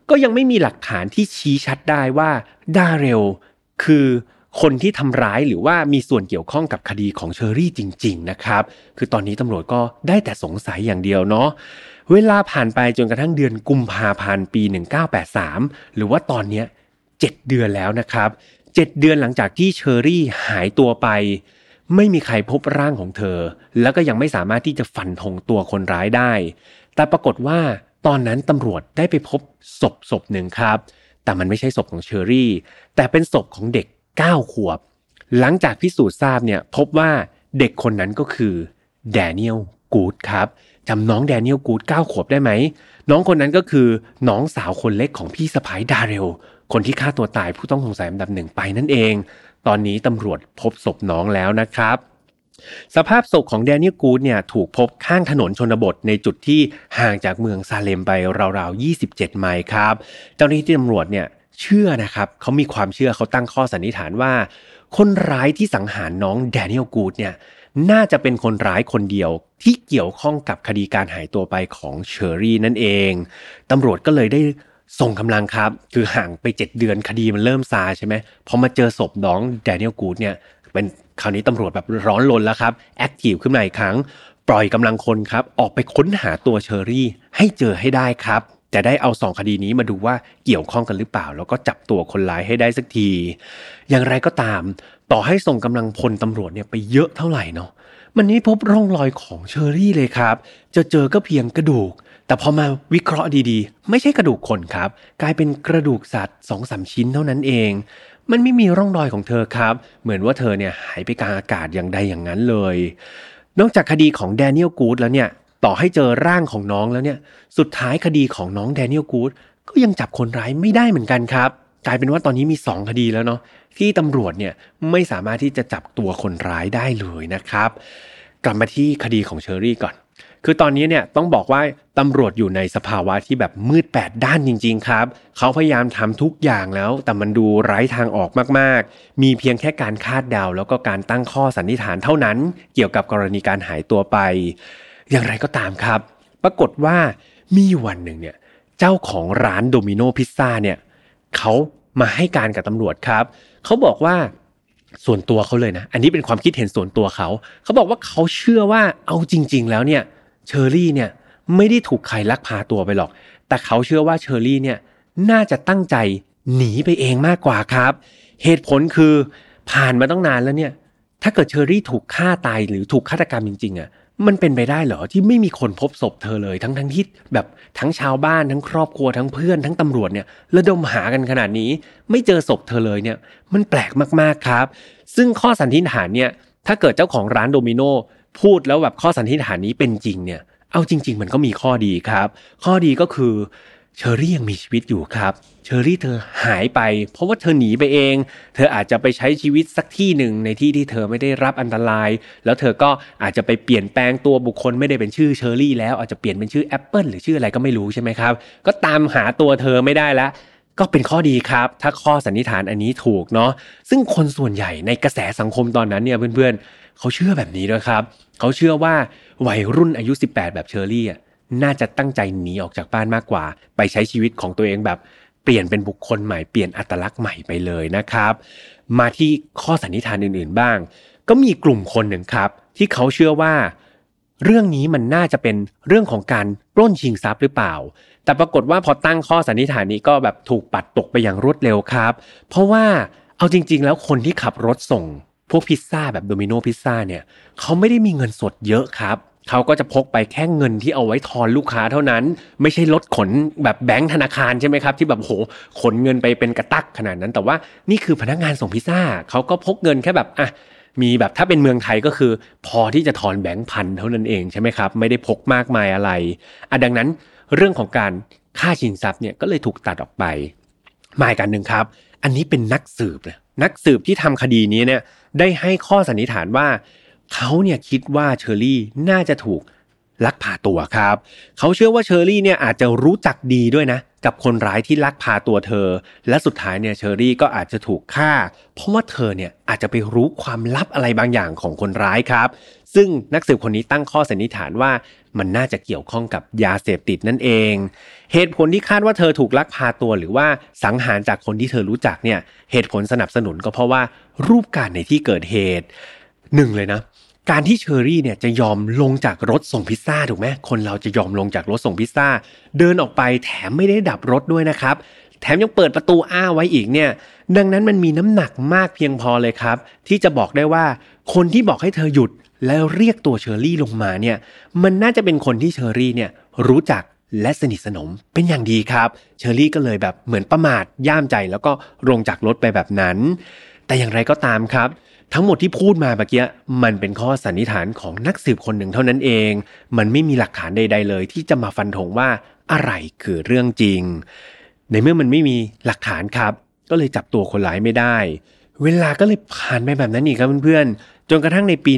ก็ยังไม่มีหลักฐานที่ชี้ชัดได้ว่าดาเรลคือคนที่ทำร้ายหรือว่ามีส่วนเกี่ยวข้องกับคดีของเชอรี่จริงๆนะครับคือตอนนี้ตำรวจก็ได้แต่สงสัยอย่างเดียวเนาะเวลาผ่านไปจนกระทั่งเดือนกุมภาพันธ์ปี1983หรือว่าตอนนี้7 เดือนแล้วนะครับ7 เดือนหลังจากที่เชอรี่หายตัวไปไม่มีใครพบร่างของเธอแล้วก็ยังไม่สามารถที่จะฟันธงตัวคนร้ายได้แต่ปรากฏว่าตอนนั้นตำรวจได้ไปพบศพหนึ่งครับแต่มันไม่ใช่ศพของเชอรี่แต่เป็นศพของเด็ก9 ขวบหลังจากพิสูจน์ทราบเนี่ยพบว่าเด็กคนนั้นก็คือแดเนียลกูดครับจำน้องแดเนียลกูด9 ขวบได้ไหมน้องคนนั้นก็คือน้องสาวคนเล็กของพี่สะใภ้ดาเรลคนที่ฆ่าตัวตายผู้ต้องสงสัยอันดับ 1ไปนั่นเองตอนนี้ตำรวจพบศพน้องแล้วนะครับสภาพศพของแดเนียลกูดเนี่ยถูกพบข้างถนนชนบทในจุดที่ห่างจากเมืองซาเลมไปราวๆ27 ไมล์ครับเจ้าหน้าที่ตำรวจเนี่ยเชื่อนะครับเขามีความเชื่อเขาตั้งข้อสันนิษฐานว่าคนร้ายที่สังหารน้องแดเนียลกูดเนี่ยน่าจะเป็นคนร้ายคนเดียวที่เกี่ยวข้องกับคดีการหายตัวไปของเชอรี่นั่นเองตำรวจก็เลยได้ส่งกำลังครับคือห่างไป7 เดือนคดีมันเริ่มซาใช่ไหมพอมาเจอศพน้องแดเนียลกูดเนี่ยเป็นคราวนี้ตำรวจแบบร้อนรนแล้วครับแอคทีฟขึ้นมาอีกครั้งปล่อยกำลังคนครับออกไปค้นหาตัวเชอรี่ให้เจอให้ได้ครับจะได้เอา2 คดีนี้มาดูว่าเกี่ยวข้องกันหรือเปล่าแล้วก็จับตัวคนร้ายให้ได้สักทีอย่างไรก็ตามต่อให้ส่งกำลังพลตำรวจเนี่ยไปเยอะเท่าไหร่เนาะมันไม่พบร่องรอยของเชอรี่เลยครับเจอก็เพียงกระดูกแต่พอมาวิเคราะห์ดีๆไม่ใช่กระดูกคนครับกลายเป็นกระดูกสัตว์ 2-3 ชิ้นเท่านั้นเองมันไม่มีร่องรอยของเธอครับเหมือนว่าเธอเนี่ยหายไปกลางอากาศอย่างใดอย่างนั้นเลยนอกจากคดีของแดเนียลกูดแล้วเนี่ยต่อให้เจอร่างของน้องแล้วเนี่ยสุดท้ายคดีของน้องแดเนียลกูดก็ยังจับคนร้ายไม่ได้เหมือนกันครับกลายเป็นว่าตอนนี้มี2 คดีแล้วเนาะที่ตำรวจเนี่ยไม่สามารถที่จะจับตัวคนร้ายได้เลยนะครับกลับมาที่คดีของเชอรี่ก่อนคือตอนนี้เนี่ยต้องบอกว่าตำรวจอยู่ในสภาวะที่แบบมืด8 ด้านจริงๆครับเขาพยายามทำทุกอย่างแล้วแต่มันดูไร้ทางออกมากๆมีเพียงแค่การคาดเดาแล้วก็การตั้งข้อสันนิษฐานเท่านั้นเกี่ยวกับกรณีการหายตัวไปอย่างไรก็ตามครับปรากฏว่ามีวันหนึ่งเนี่ยเจ้าของร้านโดมิโนพิซซ่าเนี่ยเขามาให้การกับตำรวจครับเขาบอกว่าส่วนตัวเขาเลยนะอันนี้เป็นความคิดเห็นส่วนตัวเขาบอกว่าเขาเชื่อว่าเอาจริงๆแล้วเนี่ยเชอรี่เนี่ยไม่ได้ถูกใครลักพาตัวไปหรอกแต่เขาเชื่อว่าเชอรี่เนี่ยน่าจะตั้งใจหนีไปเองมากกว่าครับเหตุผลคือผ่านมาตั้งนานแล้วเนี่ยถ้าเกิดเชอรี่ถูกฆ่าตายหรือถูกฆาตกรรมจริงๆอ่ะมันเป็นไปได้เหรอที่ไม่มีคนพบศพเธอเลยทั้งที่แบบทั้งชาวบ้านทั้งครอบครัวทั้งเพื่อนทั้งตำรวจเนี่ยระดมหากันขนาดนี้ไม่เจอศพเธอเลยเนี่ยมันแปลกมากๆครับซึ่งข้อสันนิษฐานเนี่ยถ้าเกิดเจ้าของร้านโดมิโนพูดแล้วแบบข้อสันนิษฐานนี้เป็นจริงเนี่ยเอาจริงๆมันก็มีข้อดีครับข้อดีก็คือเชอรี่ยังมีชีวิตอยู่ครับเชอรี่เธอหายไปเพราะว่าเธอหนีไปเองเธออาจจะไปใช้ชีวิตสักที่หนึ่งในที่ที่เธอไม่ได้รับอันตรายแล้วเธอก็อาจจะไปเปลี่ยนแปลงตัวบุคคลไม่ได้เป็นชื่อเชอรี่แล้วอาจจะเปลี่ยนเป็นชื่อแอปเปิลหรือชื่ออะไรก็ไม่รู้ใช่ไหมครับก็ตามหาตัวเธอไม่ได้แล้วก็เป็นข้อดีครับถ้าข้อสันนิษฐานอันนี้ถูกเนาะซึ่งคนส่วนใหญ่ในกระแสสังคมตอนนั้นเนี่ยเพื่อนๆเขาเชื่อแบบนี้ด้วยครับเขาเชื่อว่าวัยรุ่นอายุ18แบบเชอรี่น่าจะตั้งใจหนีออกจากบ้านมากกว่าไปใช้ชีวิตของตัวเองแบบเปลี่ยนเป็นบุคคลใหม่เปลี่ยนอัตลักษณ์ใหม่ไปเลยนะครับมาที่ข้อสันนิษฐานอื่นๆบ้างก็มีกลุ่มคนหนึ่งครับที่เขาเชื่อว่าเรื่องนี้มันน่าจะเป็นเรื่องของการปล้นชิงทรัพย์หรือเปล่าแต่ปรากฏว่าพอตั้งข้อสันนิษฐานนี้ก็แบบถูกปัดตกไปอย่างรวดเร็วครับเพราะว่าเอาจริงๆแล้วคนที่ขับรถส่งพวกพิซซ่าแบบโดมิโนพิซซ่าเนี่ยเขาไม่ได้มีเงินสดเยอะครับเขาก็จะพกไปแค่เงินที่เอาไว้ทอนลูกค้าเท่านั้นไม่ใช่รถขนแบบแบงค์ธนาคารใช่ไหมครับที่แบบโหขนเงินไปเป็นกระตักขนาดนั้นแต่ว่านี่คือพนักงานส่งพิซซ่าเขาก็พกเงินแค่แบบมีแบบถ้าเป็นเมืองไทยก็คือพอที่จะถอนแบงค์พันเท่านั้นเองใช่ไหมครับไม่ได้พกมากมายอะไรดังนั้นเรื่องของการฆ่าชิงทรัพย์เนี่ยก็เลยถูกตัดออกไปมาอีกอันหนึ่งครับอันนี้เป็นนักสืบที่ทำคดีนี้เนี่ยได้ให้ข้อสันนิษฐานว่าเขาเนี่ยคิดว่าเชอรี่น่าจะถูกลักพาตัวครับเขาเชื่อว่าเชอรี่เนี่ยอาจจะรู้จักดีด้วยนะกับคนร้ายที่ลักพาตัวเธอและสุดท้ายเนี่ยเชอรี่ก็อาจจะถูกฆ่าเพราะว่าเธอเนี่ยอาจจะไปรู้ความลับอะไรบางอย่างของคนร้ายครับซึ่งนักสืบคนนี้ตั้งข้อสันนิษฐานว่ามันน่าจะเกี่ยวข้องกับยาเสพติดนั่นเองเหตุผลที่คาดว่าเธอถูกลักพาตัวหรือว่าสังหารจากคนที่เธอรู้จักเนี่ยเหตุผลสนับสนุนก็เพราะว่ารูปการในที่เกิดเหตุหนึ่งเลยนะการที่เชอรี่เนี่ยจะยอมลงจากรถส่งพิซซ่าถูกไหมคนเราจะยอมลงจากรถส่งพิซซ่าเดินออกไปแถมไม่ได้ดับรถด้วยนะครับแถมยังเปิดประตูอ้าไว้อีกเนี่ยดังนั้นมันมีน้ำหนักมากเพียงพอเลยครับที่จะบอกได้ว่าคนที่บอกให้เธอหยุดแล้วเรียกตัวเชอรี่ลงมาเนี่ยมันน่าจะเป็นคนที่เชอรี่เนี่ยรู้จักและสนิทสนมเป็นอย่างดีครับเชอรี่ก็เลยแบบเหมือนประมาทย่ามใจแล้วก็ลงจากรถไปแบบนั้นแต่อย่างไรก็ตามครับทั้งหมดที่พูดมาเมื่อกี้มันเป็นข้อสันนิษฐานของนักสืบคนหนึ่งเท่านั้นเองมันไม่มีหลักฐานใดๆเลยที่จะมาฟันธงว่าอะไรคือเรื่องจริงในเมื่อมันไม่มีหลักฐานครับก็เลยจับตัวคนร้ายไม่ได้เวลาก็เลยผ่านไปแบบนั้นอีกครับเพื่อนๆจนกระทั่งในปี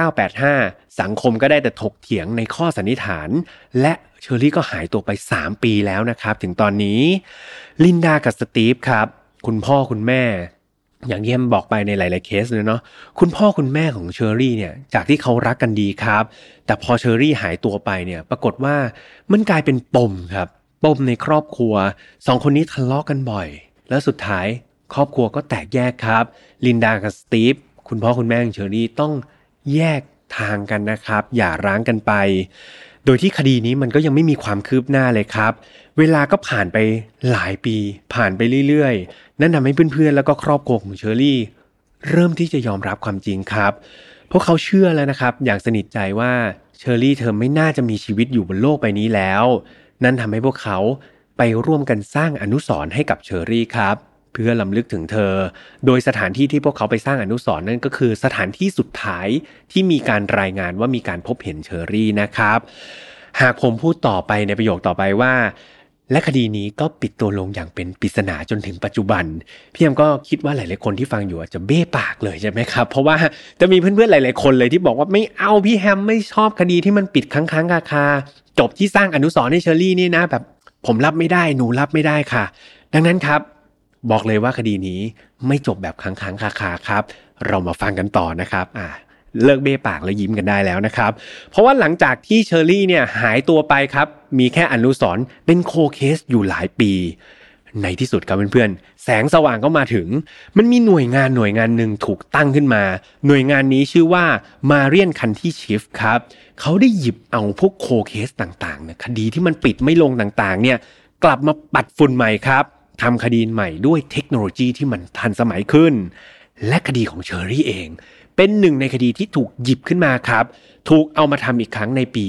1985สังคมก็ได้แต่ถกเถียงในข้อสันนิษฐานและเชอรี่ก็หายตัวไป3ปีแล้วนะครับถึงตอนนี้ลินดากับสตีฟครับคุณพ่อคุณแม่อย่างที่แอมบอกไปในหลายๆเคสเลยเนาะคุณพ่อคุณแม่ของเชอรี่เนี่ยจากที่เขารักกันดีครับแต่พอเชอรี่หายตัวไปเนี่ยปรากฏว่ามันกลายเป็นปมครับปมในครอบครัว2คนนี้ทะเลาะกันบ่อยแล้วสุดท้ายครอบครัวก็แตกแยกครับลินดากับสตีฟคุณพ่อคุณแม่ของเชอรี่ต้องแยกทางกันนะครับอย่าร้างกันไปโดยที่คดีนี้มันก็ยังไม่มีความคืบหน้าเลยครับเวลาก็ผ่านไปหลายปีผ่านไปเรื่อยๆนั่นทำให้เพื่อนๆแล้วก็ครอบครัวของเชอรี่เริ่มที่จะยอมรับความจริงครับพวกเขาเชื่อแล้วนะครับอย่างสนิทใจว่าเชอรี่เธอไม่น่าจะมีชีวิตอยู่บนโลกใบนี้แล้วนั่นทำให้พวกเขาไปร่วมกันสร้างอนุสรณ์ให้กับเชอรี่ครับเพื่อรำลึกถึงเธอโดยสถานที่ที่พวกเขาไปสร้างอนุสรณ์นั่นก็คือสถานที่สุดท้ายที่มีการรายงานว่ามีการพบเห็นเชอรี่นะครับหากผมพูดต่อไปในประโยคต่อไปว่าและคดีนี้ก็ปิดตัวลงอย่างเป็นปริศนาจนถึงปัจจุบันพี่แอมก็คิดว่าหลายๆคนที่ฟังอยู่อาจจะเบ้ปากเลยใช่ไหมครับเพราะว่าจะมีเพื่อนๆหลายๆคนเลยที่บอกว่าไม่เอาพี่แฮมไม่ชอบคดีที่มันปิดค้างๆคาๆจบที่สร้างอนุสรณ์ให้เชอรี่นี่นะแบบผมรับไม่ได้หนูรับไม่ได้ค่ะดังนั้นครับบอกเลยว่าคดีนี้ไม่จบแบบค้างๆคาๆครับเรามาฟังกันต่อนะครับเลิกเบ้ปากแล้วยิ้มกันได้แล้วนะครับเพราะว่าหลังจากที่เชอรี่เนี่ยหายตัวไปครับมีแค่อนุสรณ์เป็นโคเคสอยู่หลายปีในที่สุดครับเพื่อนๆแสงสว่างก็มาถึงมันมีหน่วยงานหนึ่งถูกตั้งขึ้นมาหน่วยงานนี้ชื่อว่า Marian County Chief ครับเขาได้หยิบเอาพวกโคเคสต่างๆเนี่ยคดีที่มันปิดไม่ลงต่างๆเนี่ยกลับมาปัดฝุ่นใหม่ครับทำคดีใหม่ด้วยเทคโนโลยีที่มันทันสมัยขึ้นและคดีของเชอรี่เองเป็นหนึ่งในคดีที่ถูกหยิบขึ้นมาครับถูกเอามาทำอีกครั้งในปี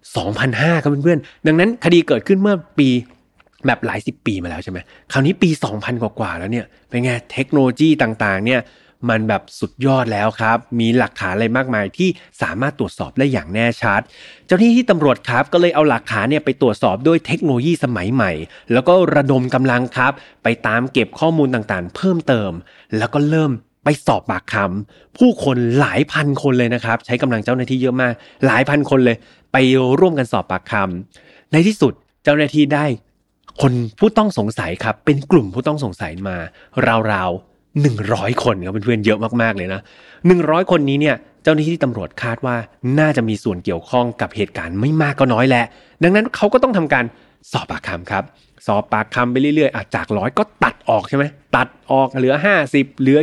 2005ครับเพื่อนๆดังนั้นคดีเกิดขึ้นเมื่อปีแบบหลายสิบปีมาแล้วใช่ไหมคราวนี้ปี2000กว่าแล้วเนี่ยเป็นไงเทคโนโลยีต่างๆเนี่ยมันแบบสุดยอดแล้วครับมีหลักฐานอะไรมากมายที่สามารถตรวจสอบได้อย่างแน่ชัดเจ้าหน้าที่ตำรวจครับก็เลยเอาหลักฐานเนี่ยไปตรวจสอบด้วยเทคโนโลยีสมัยใหม่แล้วก็ระดมกำลังครับไปตามเก็บข้อมูลต่างๆเพิ่มเติมแล้วก็เริ่มไปสอบปากคำผู้คนหลายพันคนเลยนะครับใช้กำลังเจ้าหน้าที่เยอะมากหลายพันคนเลยไปร่วมกันสอบปากคำในที่สุดเจ้าหน้าที่ได้คนผู้ต้องสงสัยครับเป็นกลุ่มผู้ต้องสงสัยมาราวๆ100คนครับเพื่อนๆเยอะมากๆเลยนะ100คนนี้เนี่ยเจ้าหน้าที่ตำรวจคาดว่าน่าจะมีส่วนเกี่ยวข้องกับเหตุการณ์ไม่มากก็น้อยแหละดังนั้นเขาก็ต้องทำการสอบปากคำครับสอบปากคำไปเรื่อยๆจาก100ก็ตัดออกใช่ไหมตัดออกเหลือ50เหลือ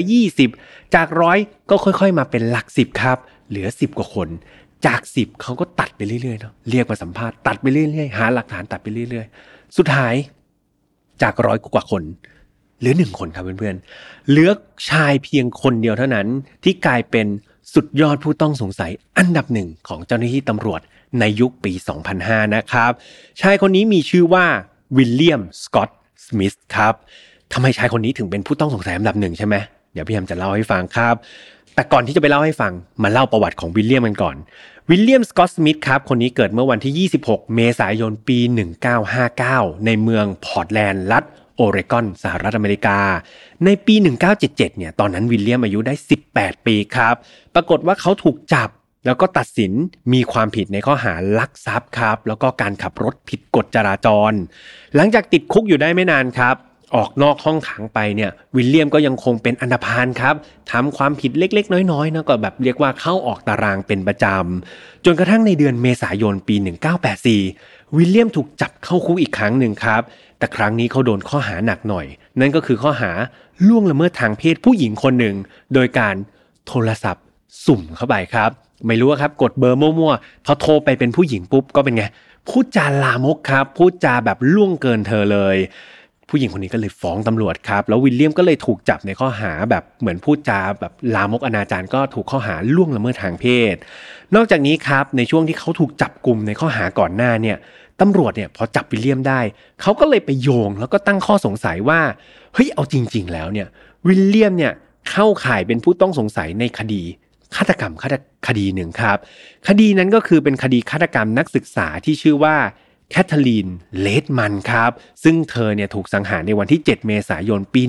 20จาก100ก็ค่อยๆมาเป็นหลัก10ครับเหลือ10กว่าคนจาก10เขาก็ตัดไปเรื่อยๆเนาะเรียกมาสัมภาษณ์ตัดไปเรื่อยๆหาหลักฐานตัดไปเรื่อยๆสุดท้ายจาก100กว่าคนเหลือ1คนครับเพื่อนๆเหลือชายเพียงคนเดียวเท่านั้นที่กลายเป็นสุดยอดผู้ต้องสงสัยอันดับหนึ่งของเจ้าหน้าที่ตำรวจในยุคปี2005นะครับชายคนนี้มีชื่อว่าวิลเลียมสกอตต์สมิธครับทำไมชายคนนี้ถึงเป็นผู้ต้องสงสัยอันดับหนึ่งใช่ไหมเดี๋ยวพี่แฮมจะเล่าให้ฟังครับแต่ก่อนที่จะไปเล่าให้ฟังมาเล่าประวัติของวิลเลียมกันก่อนวิลเลียมสกอตต์สมิธครับคนนี้เกิดเมื่อวันที่26เมษายนปี1959ในเมืองพอร์ตแลนด์รัฐโอเรกอนสหรัฐอเมริกาในปี1977เนี่ยตอนนั้นวิลเลียมอายุได้18ปีครับปรากฏว่าเขาถูกจับแล้วก็ตัดสินมีความผิดในข้อหาลักทรัพย์ครับแล้วก็การขับรถผิดกฎจราจรหลังจากติดคุกอยู่ได้ไม่นานครับออกนอกห้องขังไปเนี่ยวิลเลียมก็ยังคงเป็นอันธพาลครับทำความผิดเล็กๆน้อยๆนะก็แบบเรียกว่าเข้าออกตารางเป็นประจำจนกระทั่งในเดือนเมษายนปี1984วิลเลียมถูกจับเข้าคุกอีกครั้งหนึ่งครับแต่ครั้งนี้เขาโดนข้อหาหนักหน่อยนั่นก็คือข้อหาล่วงละเมิดทางเพศผู้หญิงคนหนึ่งโดยการโทรศัพท์สุ่มเข้าไปครับไม่รู้ครับกดเบอร์มั่วๆพอโทรไปเป็นผู้หญิงปุ๊บก็เป็นไงพูดจาลามกครับพูดจาแบบล่วงเกินเธอเลยผู้หญิงคนนี้ก็เลยฟ้องตำรวจครับแล้ววิลเลียมก็เลยถูกจับในข้อหาแบบเหมือนพูดจาแบบลามกอนาจารก็ถูกข้อหาล่วงละเมิดทางเพศนอกจากนี้ครับในช่วงที่เขาถูกจับกุมในข้อหาก่อนหน้าเนี่ยตำรวจเนี่ยพอจับวิลเลียมได้เขาก็เลยไปโยงแล้วก็ตั้งข้อสงสัยว่าเฮ้ยเอาจริงๆแล้วเนี่ยวิลเลียมเนี่ยเข้าข่ายเป็นผู้ต้องสงสัยในคดีฆาตกรรมคดีหนึ่งครับคดีนั้นก็คือเป็นคดีฆาตกรรมนักศึกษาที่ชื่อว่าแคทเธอรีนเลดมันครับซึ่งเธอเนี่ยถูกสังหารในวันที่7เมษายนปี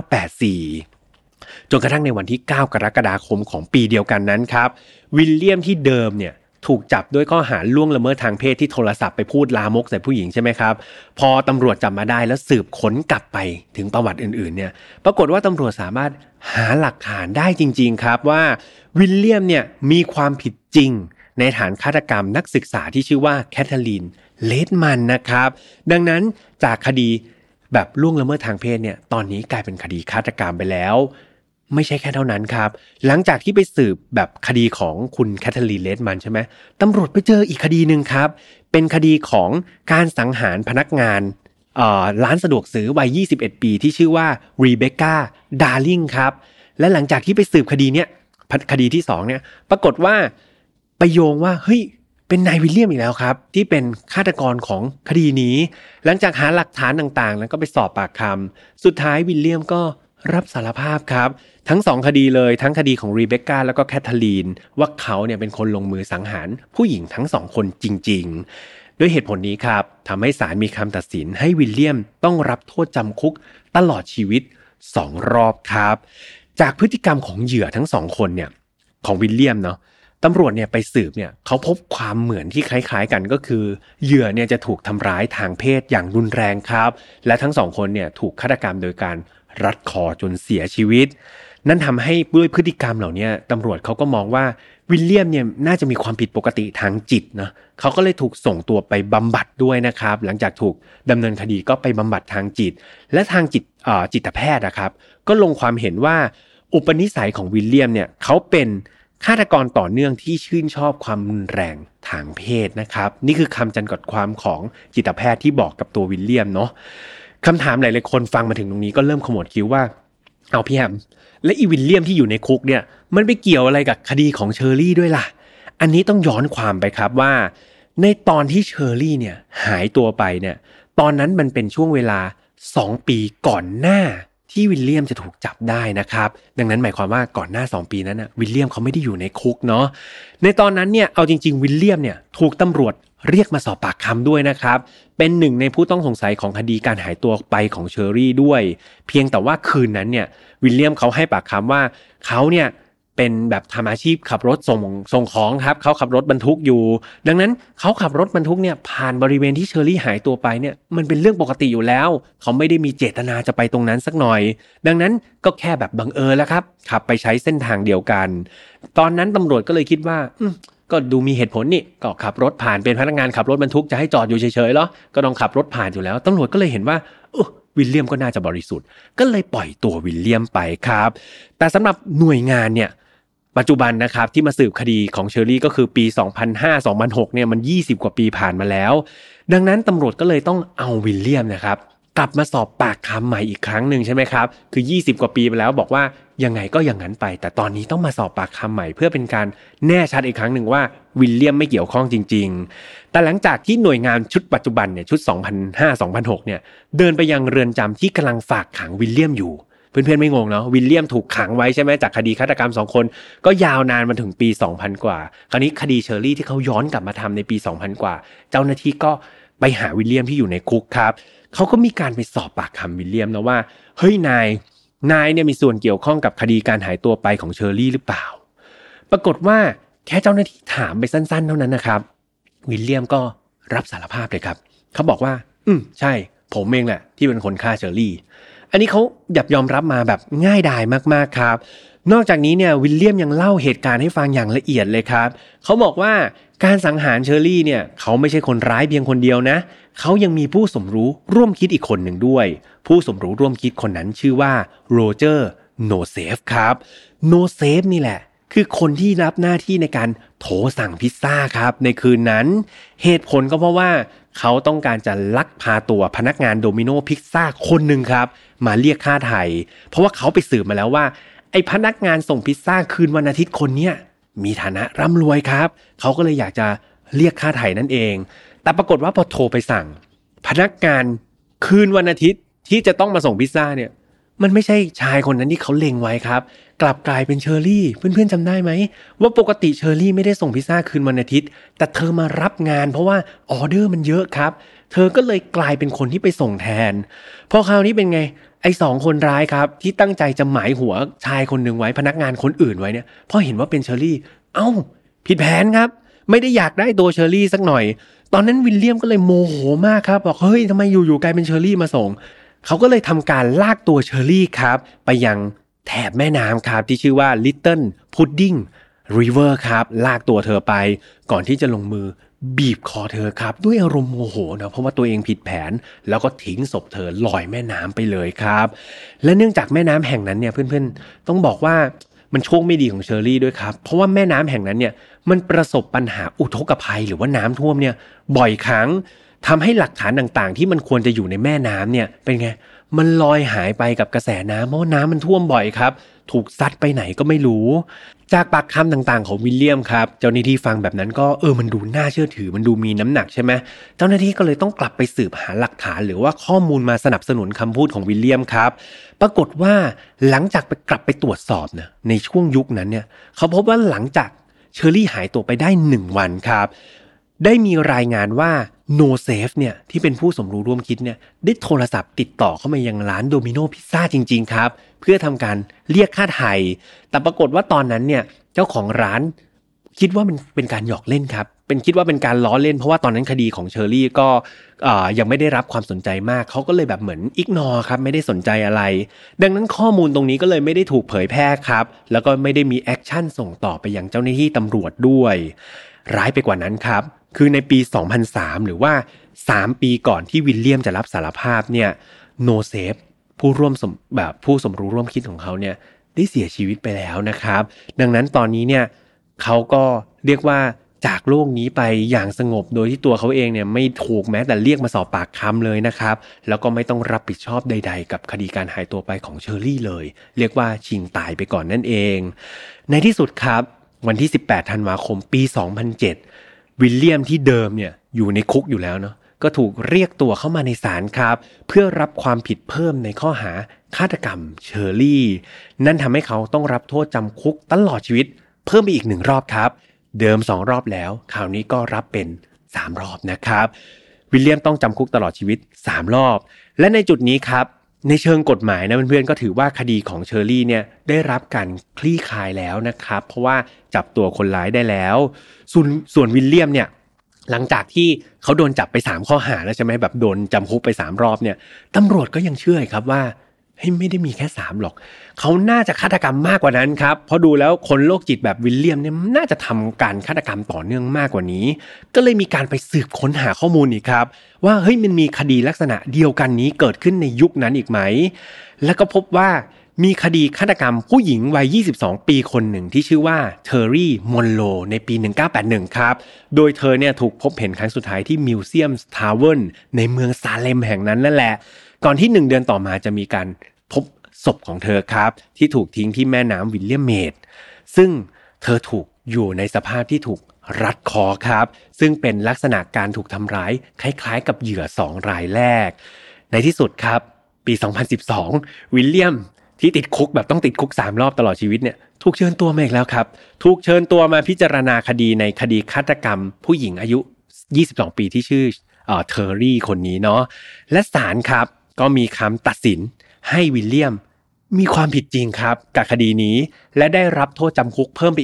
1984จนกระทั่งในวันที่9กรกฎาคมของปีเดียวกันนั้นครับวิลเลียมที่เดิมเนี่ยถูกจับด้วยข้อหาล่วงละเมิดทางเพศที่โทรศัพท์ไปพูดลามกใส่ผู้หญิงใช่ไหมครับพอตำรวจจับมาได้แล้วสืบค้นกลับไปถึงประวัติอื่นๆเนี่ยปรากฏว่าตำรวจสามารถหาหลักฐานได้จริงๆครับว่าวิลเลียมเนี่ยมีความผิดจริงในฐานฆาตกรรมนักศึกษาที่ชื่อว่าแคทเธอรีนเลดมันนะครับดังนั้นจากคดีแบบล่วงละเมิดทางเพศเนี่ยตอนนี้กลายเป็นคดีฆาตกรรมไปแล้วไม่ใช่แค่เท่านั้นครับหลังจากที่ไปสืบแบบคดีของคุณแคทเธอรีนเลดมันใช่ไหมตำรวจไปเจออีกคดีหนึ่งครับเป็นคดีของการสังหารพนักงานร้านสะดวกซื้อวัย21 ปีที่ชื่อว่ารีเบคก้าดาร์ลิงครับและหลังจากที่ไปสืบคดีเนี้ยคดีที่2เนี่ยปรากฏว่าไปโยงว่าเฮ้ยเป็นนายวิลเลียมอีกแล้วครับที่เป็นฆาตกรของคดีนี้หลังจากหาหลักฐานต่างๆแล้วก็ไปสอบปากคำสุดท้ายวิลเลียมก็รับสารภาพครับทั้ง2คดีเลยทั้งคดีของรีเบคก้าแล้วก็แคทเธอรีนว่าเขาเนี่ยเป็นคนลงมือสังหารผู้หญิงทั้ง2คนจริงๆด้วยเหตุผลนี้ครับทำให้ศาลมีคำตัดสินให้วิลเลียมต้องรับโทษจำคุกตลอดชีวิต2 รอบครับจากพฤติกรรมของเหยื่อทั้ง2คนเนี่ยของวิลเลียมเนาะตำรวจเนี่ยไปสืบเนี่ยเขาพบความเหมือนที่คล้ายๆกันก็คือเหยื่อเนี่ยจะถูกทำร้ายทางเพศอย่างรุนแรงครับและทั้ง2คนเนี่ยถูกฆาตกรรมโดยการรัดคอจนเสียชีวิตนั่นทำให้ด้วยพฤติกรรมเหล่านี้ตำรวจเขาก็มองว่าวิลเลียมเนี่ยน่าจะมีความผิดปกติทางจิตนะเขาก็เลยถูกส่งตัวไปบำบัดด้วยนะครับหลังจากถูกดำเนินคดีก็ไปบำบัดทางจิตและทางจิตแพทย์นะครับก็ลงความเห็นว่าอุปนิสัยของวิลเลียมเนี่ยเขาเป็นฆาตกรต่อเนื่องที่ชื่นชอบความรุนแรงทางเพศนะครับนี่คือคำจำกัดความของจิตแพทย์ที่บอกกับตัววิลเลียมเนาะคำถามหลายๆคนฟังมาถึงตรงนี้ก็เริ่มขมวดคิ้วว่าเอาพี่แฮมและอีวิลเลียมที่อยู่ในคุกเนี่ยมันไปเกี่ยวอะไรกับคดีของเชอรี่ด้วยล่ะอันนี้ต้องย้อนความไปครับว่าในตอนที่เชอรี่เนี่ยหายตัวไปเนี่ยตอนนั้นมันเป็นช่วงเวลา2 ปีก่อนหน้าที่วิลเลียมจะถูกจับได้นะครับดังนั้นหมายความว่าก่อนหน้า2 ปีนั้นนะวิลเลียมเขาไม่ได้อยู่ในคุกเนาะในตอนนั้นเนี่ยเอาจริงๆวิลเลียมเนี่ยถูกตำรวจเรียกมาสอบปากคำด้วยนะครับเป็นหนึ่งในผู้ต้องสงสัยของคดีการหายตัวไปของเชอรี่ด้วยเพียงแต่ว่าคืนนั้นเนี่ยวิลเลียมเขาให้ปากคำว่าเขาเนี่ยเป็นแบบทำอาชีพขับรถส่งของครับเขาขับรถบรรทุกอยู่ดังนั้นเขาขับรถบรรทุกเนี่ยผ่านบริเวณที่เชอรี่หายตัวไปเนี่ยมันเป็นเรื่องปกติอยู่แล้วเขาไม่ได้มีเจตนาจะไปตรงนั้นสักหน่อยดังนั้นก็แค่แบบบังเอิญแล้วครับขับไปใช้เส้นทางเดียวกันตอนนั้นตำรวจก็เลยคิดว่าก็ดูมีเหตุผลนี่ก็ขับรถผ่านเป็นพนักงานขับรถบรรทุกจะให้จอดอยู่เฉยๆหรอก็ต้องขับรถผ่านอยู่แล้วตำรวจก็เลยเห็นว่าวิลเลียมก็น่าจะบริสุทธิ์ก็เลยปล่อยตัววิลเลียมไปครับแต่สำหรับหน่วยงานเนี่ยปัจจุบันนะครับที่มาสืบคดีของเชอรี่ก็คือปี 2005-2006 เนี่ยมัน20 กว่าปีผ่านมาแล้วดังนั้นตำรวจก็เลยต้องเอาวิลเลียมนะครับกลับมาสอบปากคำใหม่อีกครั้งหนึ่งใช่ไหมครับคือ20 กว่าปีไปแล้วบอกว่ายังไงก็อย่างนั้นไปแต่ตอนนี้ต้องมาสอบปากคำใหม่เพื่อเป็นการแน่ชัดอีกครั้งหนึ่งว่าวิลเลียมไม่เกี่ยวข้องจริงๆแต่หลังจากที่หน่วยงานชุดปัจจุบันเนี่ยชุด 2005-2006 เนี่ยเดินไปยังเรือนจำที่กำลังฝากขังวิลเลียมอยู่เพื่อนๆไม่งงเนาะวิลเลียมถูกขังไว้ใช่ไหมจากคดีฆาตกรรม2 คนก็ยาวนานมาถึงปี 2000 กว่าคราวนี้คดีเชอรี่ที่เขาย้อนกลับมาทำในปี 2000 กว่าเจ้าหน้าที่ก็ไปหาวิลเลียมที่อยู่ในคุกครับเขาก็มีการไปสอบปากคำวิลเลียมนะว่าเฮ้ยนายเนี่ยมีส่วนเกี่ยวข้องกับคดีการหายตัวไปของเชอรี่หรือเปล่าปรากฏว่าแค่เจ้าหน้าที่ถามไปสั้นๆเท่านั้นนะครับวิลเลียมก็รับสารภาพเลยครับเขาบอกว่าใช่ผมเองแหละที่เป็นคนฆ่าเชอรี่อันนี้เขายอมรับมาแบบง่ายดายมากๆครับนอกจากนี้เนี่ยวิลเลียมยังเล่าเหตุการณ์ให้ฟังอย่างละเอียดเลยครับเขาบอกว่าการสังหารเชอรี่เนี่ยเขาไม่ใช่คนร้ายเพียงคนเดียวนะเขายังมีผู้สมรู้ร่วมคิดอีกคนหนึ่งด้วยผู้สมรู้ร่วมคิดคนนั้นชื่อว่าโรเจอร์โนเซฟครับโนเซฟนี่แหละคือคนที่รับหน้าที่ในการโทรสั่งพิซซ่าครับในคืนนั้นเหตุผลก็เพราะว่าเขาต้องการจะลักพาตัวพนักงานโดมิโนพิซซ่าคนหนึ่งครับมาเรียกค่าไถ่เพราะว่าเขาไปสืบมาแล้วว่าไอ้พนักงานส่งพิซซ่าคืนวันอาทิตย์คนเนี้ยมีฐานะร่ำรวยครับเขาก็เลยอยากจะเรียกค่าไถ่นั่นเองแต่ปรากฏว่าพอโทรไปสั่งพนักงานคืนวันอาทิตย์ที่จะต้องมาส่งพิซซ่าเนี่ยมันไม่ใช่ชายคนนั้นที่เขาเล็งไว้ครับกลับกลายเป็นเชอรี่เพื่อนๆจำได้ไหมว่าปกติเชอรี่ไม่ได้ส่งพิซซ่าคืนวันอาทิตย์แต่เธอมารับงานเพราะว่าออเดอร์มันเยอะครับเธอก็เลยกลายเป็นคนที่ไปส่งแทนพอคราวนี้เป็นไงไอ้2คนร้ายครับที่ตั้งใจจะหมายหัวชายคนหนึ่งไว้พนักงานคนอื่นไว้เนี่ยพอเห็นว่าเป็นเชอรี่ผิดแผนครับไม่ได้อยากได้ตัวเชอรี่สักหน่อยตอนนั้นวิลเลียมก็เลยโมโหมากครับบอกเฮ้ยทำไมอยู่ๆกลายเป็นเชอรี่มาส่งเขาก็เลยทำการลากตัวเชอรี่ครับไปยังแถบแม่น้ำครับที่ชื่อว่า Little Pudding River ครับลากตัวเธอไปก่อนที่จะลงมือบีบคอเธอครับด้วยอารมณ์โมโหนะเพราะว่าตัวเองผิดแผนแล้วก็ทิ้งศพเธอลอยแม่น้ำไปเลยครับและเนื่องจากแม่น้ำแห่งนั้นเนี่ยเพื่อนๆต้องบอกว่ามันโชคไม่ดีของเชอรี่ด้วยครับเพราะว่าแม่น้ำแห่งนั้นเนี่ยมันประสบปัญหาอุทกภัยหรือว่าน้ำท่วมเนี่ยบ่อยครั้งทำให้หลักฐานต่างๆที่มันควรจะอยู่ในแม่น้ำเนี่ยเป็นไงมันลอยหายไปกับกระแสน้ำเพราะน้ำมันท่วมบ่อยครับถูกซัดไปไหนก็ไม่รู้จากปากคำต่างๆของวิลเลียมครับเจ้าหน้าที่ฟังแบบนั้นก็มันดูน่าเชื่อถือมันดูมีน้ำหนักใช่ไหมเจ้าหน้าที่ก็เลยต้องกลับไปสืบหาหลักฐานหรือว่าข้อมูลมาสนับสนุนคำพูดของวิลเลียมครับปรากฏว่าหลังจากกลับไปตรวจสอบนะในช่วงยุคนั้นเนี่ยเขาพบว่าหลังจากเชอรี่หายตัวไปได้1 วันครับได้มีรายงานว่าโนเซฟเนี่ยที่เป็นผู้สมรู้ร่วมคิดเนี่ยได้โทรศัพท์ติดต่อเข้ามายังร้านโดมิโนพิซซ่าจริงๆครับเพื่อทำการเรียกค่าไถ่แต่ปรากฏว่าตอนนั้นเนี่ยเจ้าของร้านคิดว่ามันเป็นการหยอกเล่นครับคิดว่าเป็นการล้อเล่นเพราะว่าตอนนั้นคดีของเชอรี่ก็ยังไม่ได้รับความสนใจมากเขาก็เลยแบบเหมือนอิกนอร์ครับไม่ได้สนใจอะไรดังนั้นข้อมูลตรงนี้ก็เลยไม่ได้ถูกเผยแพร่ครับแล้วก็ไม่ได้มีแอคชั่นส่งต่อไปยังเจ้าหน้าที่ตำรวจด้วยร้ายไปกว่านั้นครับคือในปี 2003 หรือว่า3 ปีก่อนที่วิลเลียมจะรับสารภาพเนี่ยโนเซฟผู้สมรู้ร่วมคิดของเขาเนี่ยได้เสียชีวิตไปแล้วนะครับดังนั้นตอนนี้เนี่ยเขาก็เรียกว่าจากโลกนี้ไปอย่างสงบโดยที่ตัวเขาเองเนี่ยไม่ถูกแม้แต่เรียกมาสอบปากคำเลยนะครับแล้วก็ไม่ต้องรับผิดชอบใดๆกับคดีการหายตัวไปของเชอรี่เลยเรียกว่าชิงตายไปก่อนนั่นเองในที่สุดครับวันที่18 ธันวาคมปี 2007วิลเลียมที่เดิมเนี่ยอยู่ในคุกอยู่แล้วเนาะก็ถูกเรียกตัวเข้ามาในศาลครับเพื่อรับความผิดเพิ่มในข้อหาฆาตกรรมเชอรี่นั่นทำให้เขาต้องรับโทษจำคุกตลอดชีวิตเพิ่มไปอีก1 รอบครับเดิม2 รอบแล้วคราวนี้ก็รับเป็น3 รอบนะครับวิลเลียมต้องจำคุกตลอดชีวิต3 รอบและในจุดนี้ครับในเชิงกฎหมายนะเพื่อนๆก็ถือว่าคดีของเชอรี่เนี่ยได้รับการคลี่คลายแล้วนะครับเพราะว่าจับตัวคนร้ายได้แล้วส่วนวิลเลียมเนี่ยหลังจากที่เขาโดนจับไป3 ข้อหาแล้วใช่ไหมแบบโดนจำคุกไป3 รอบเนี่ยตำรวจก็ยังเชื่อครับว่าไม่ได้มีแค่3หรอกเขาน่าจะฆาตกรรมมากกว่านั้นครับเพราะดูแล้วคนโรคจิตแบบวิลเลียมเนี่ยน่าจะทำการฆาตกรรมต่อเนื่องมากกว่านี้ก็เลยมีการไปสืบค้นหาข้อมูลอีกครับว่ามันมีคดีลักษณะเดียวกันนี้เกิดขึ้นในยุคนั้นอีกไหมแล้วก็พบว่ามีคดีฆาตกรรมผู้หญิงวัย22 ปีคนหนึ่งที่ชื่อว่าเทอร์รี่มอนโรในปี 1981 ครับโดยเธอเนี่ยถูกพบเห็นครั้งสุดท้ายที่มิวเซียมทาวเวอร์ในเมืองซาเลมแห่งนั้นนั่นแหละก่อนที่1 เดือนต่อมาจะมีการพบศพของเธอครับที่ถูกทิ้งที่แม่น้ำวิลเลียมเมดซึ่งเธอถูกอยู่ในสภาพที่ถูกรัดคอครับซึ่งเป็นลักษณะการถูกทำร้ายคล้ายๆกับเหยื่อ2 รายแรกในที่สุดครับปี 2012 วิลเลียมที่ติดคุกแบบต้องติดคุก3 รอบตลอดชีวิตเนี่ยถูกเชิญตัวมาอีกแล้วครับถูกเชิญตัวมาพิจารณาคดีในคดีฆาตกรรมผู้หญิงอายุ22 ปีที่ชื่อเทอร์รี่คนนี้เนาะและศาลครับก็มีคำตัดสินให้วิลเลียมมีความผิดจริงครับกับคดีนี้และได้รับโทษจำคุกเพิ่มไปอีก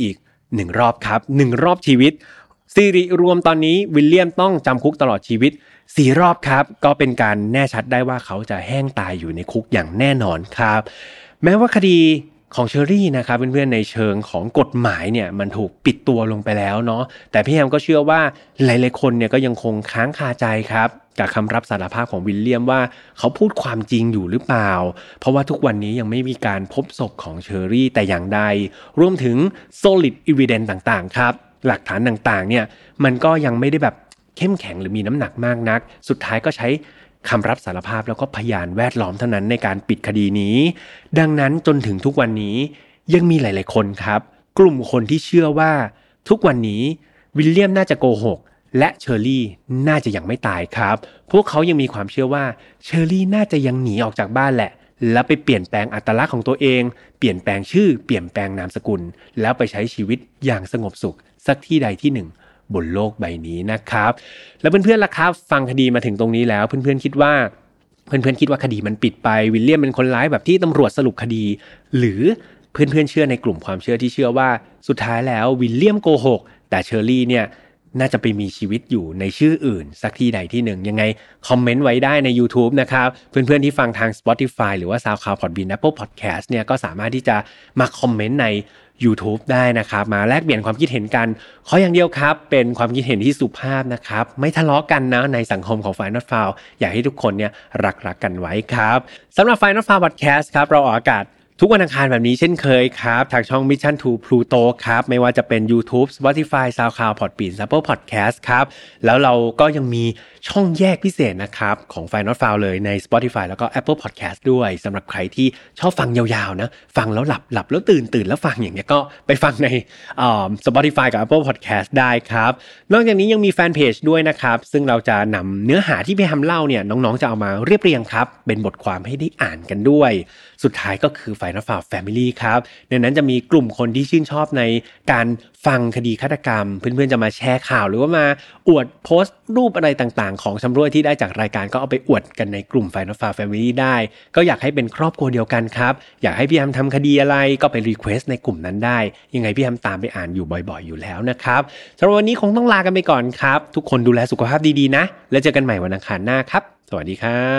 1รอบครับ1รอบชีวิตซีรีส์รวมตอนนี้วิลเลียมต้องจำคุกตลอดชีวิต4รอบครับก็เป็นการแน่ชัดได้ว่าเขาจะแห้งตายอยู่ในคุกอย่างแน่นอนครับแม้ว่าคดีของเชอรี่นะครับเพื่อนๆในเชิงของกฎหมายเนี่ยมันถูกปิดตัวลงไปแล้วเนาะแต่พี่แฮมก็เชื่อว่าหลายๆคนเนี่ยก็ยังคงค้างคาใจครับกับคำรับสารภาพของวิลเลียมว่าเขาพูดความจริงอยู่หรือเปล่าเพราะว่าทุกวันนี้ยังไม่มีการพบศพของเชอรี่แต่อย่างใดรวมถึง solid evidence ต่างๆครับหลักฐานต่างๆเนี่ยมันก็ยังไม่ได้แบบเข้มแข็งหรือมีน้ำหนักมากนักสุดท้ายก็ใช้คำรับสารภาพแล้วก็พยานแวดล้อมเท่านั้นในการปิดคดีนี้ดังนั้นจนถึงทุกวันนี้ยังมีหลายๆคนครับกลุ่มคนที่เชื่อว่าทุกวันนี้วิลเลียมน่าจะโกหกและเชอรี่น่าจะยังไม่ตายครับพวกเขายังมีความเชื่อว่าเชอรี่น่าจะยังหนีออกจากบ้านแหละแล้วไปเปลี่ยนแปลงอัตลักษณ์ของตัวเองเปลี่ยนแปลงชื่อเปลี่ยนแปลงนามสกุลแล้วไปใช้ชีวิตอย่างสงบสุขสักที่ใดที่หนึ่งบนโลกใบนี้นะครับแล้วเพื่อนๆล่ะครับฟังคดีมาถึงตรงนี้แล้วเพื่อนๆคิดว่าคดีมันปิดไปวิลเลียมเป็นคนร้ายแบบที่ตำรวจสรุปคดีหรือเพื่อนๆเชื่อในกลุ่มความเชื่อที่เชื่อว่าสุดท้ายแล้ววิลเลียมโกหกแต่เชอรี่เนี่ยน่าจะไปมีชีวิตอยู่ในชื่ออื่นสักที่ใดที่หนึ่งยังไงคอมเมนต์ไว้ได้ใน YouTube นะครับเพื่อนๆที่ฟังทาง Spotify หรือว่า SoundCloud Podbean Apple Podcast เนี่ยก็สามารถที่จะมาคอมเมนต์ใน YouTube ได้นะครับมาแลกเปลี่ยนความคิดเห็นกันขออย่างเดียวครับเป็นความคิดเห็นที่สุภาพนะครับไม่ทะเลาะกันนะในสังคมของ Final Foul อยากให้ทุกคนเนี่ยรักกันไว้ครับสำหรับ Final Foul Podcast ครับเราออกอากาศทุกวันอังคารแบบนี้เช่นเคยครับทางช่อง Mission to Pluto ครับไม่ว่าจะเป็น YouTube Spotify SoundCloud Podbean Apple Podcast ครับแล้วเราก็ยังมีช่องแยกพิเศษนะครับของ Final Foul เลยใน Spotify แล้วก็ Apple Podcast ด้วยสำหรับใครที่ชอบฟังยาวๆนะฟังแล้วหลับแล้วตื่นแล้วฟังอย่างเงี้ยก็ไปฟังในSpotify กับ Apple Podcast ได้ครับนอกจากนี้ยังมีแฟนเพจด้วยนะครับซึ่งเราจะนำเนื้อหาที่พี่แฮมเล่าเนี่ยน้องๆจะเอามาเรียบเรียงครับเป็นบทความให้ได้อ่านกันด้วยสุดท้ายก็คือ Final Foul Family ครับในนั้นจะมีกลุ่มคนที่ชื่นชอบในการฟังคดีฆาตกรรมเพื่อนๆจะมาแชร์ข่าวหรือว่ามาอวดโพสต์รูปอะไรต่างๆของชำร่วยที่ได้จากรายการก็เอาไปอวดกันในกลุ่ม Final Foul Family ได้ก็อยากให้เป็นครอบครัวเดียวกันครับอยากให้พี่แฮมทำคดีอะไรก็ไปรีเควสต์ในกลุ่มนั้นได้ยังไงพี่แฮมตามไปอ่านอยู่บ่อยๆอยู่แล้วนะครับสำหรับวันนี้คงต้องลากันไปก่อนครับทุกคนดูแลสุขภาพดีๆนะแล้วเจอกันใหม่วันอังคารหน้าครับสวัสดีครับ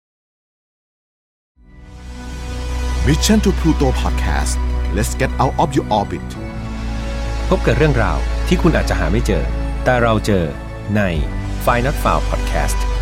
Mission to Pluto Podcast Let's get out of your orbit พบกับเรื่องราวที่คุณอาจจะหาไม่เจอแต่เราเจอใน Final Foul Podcast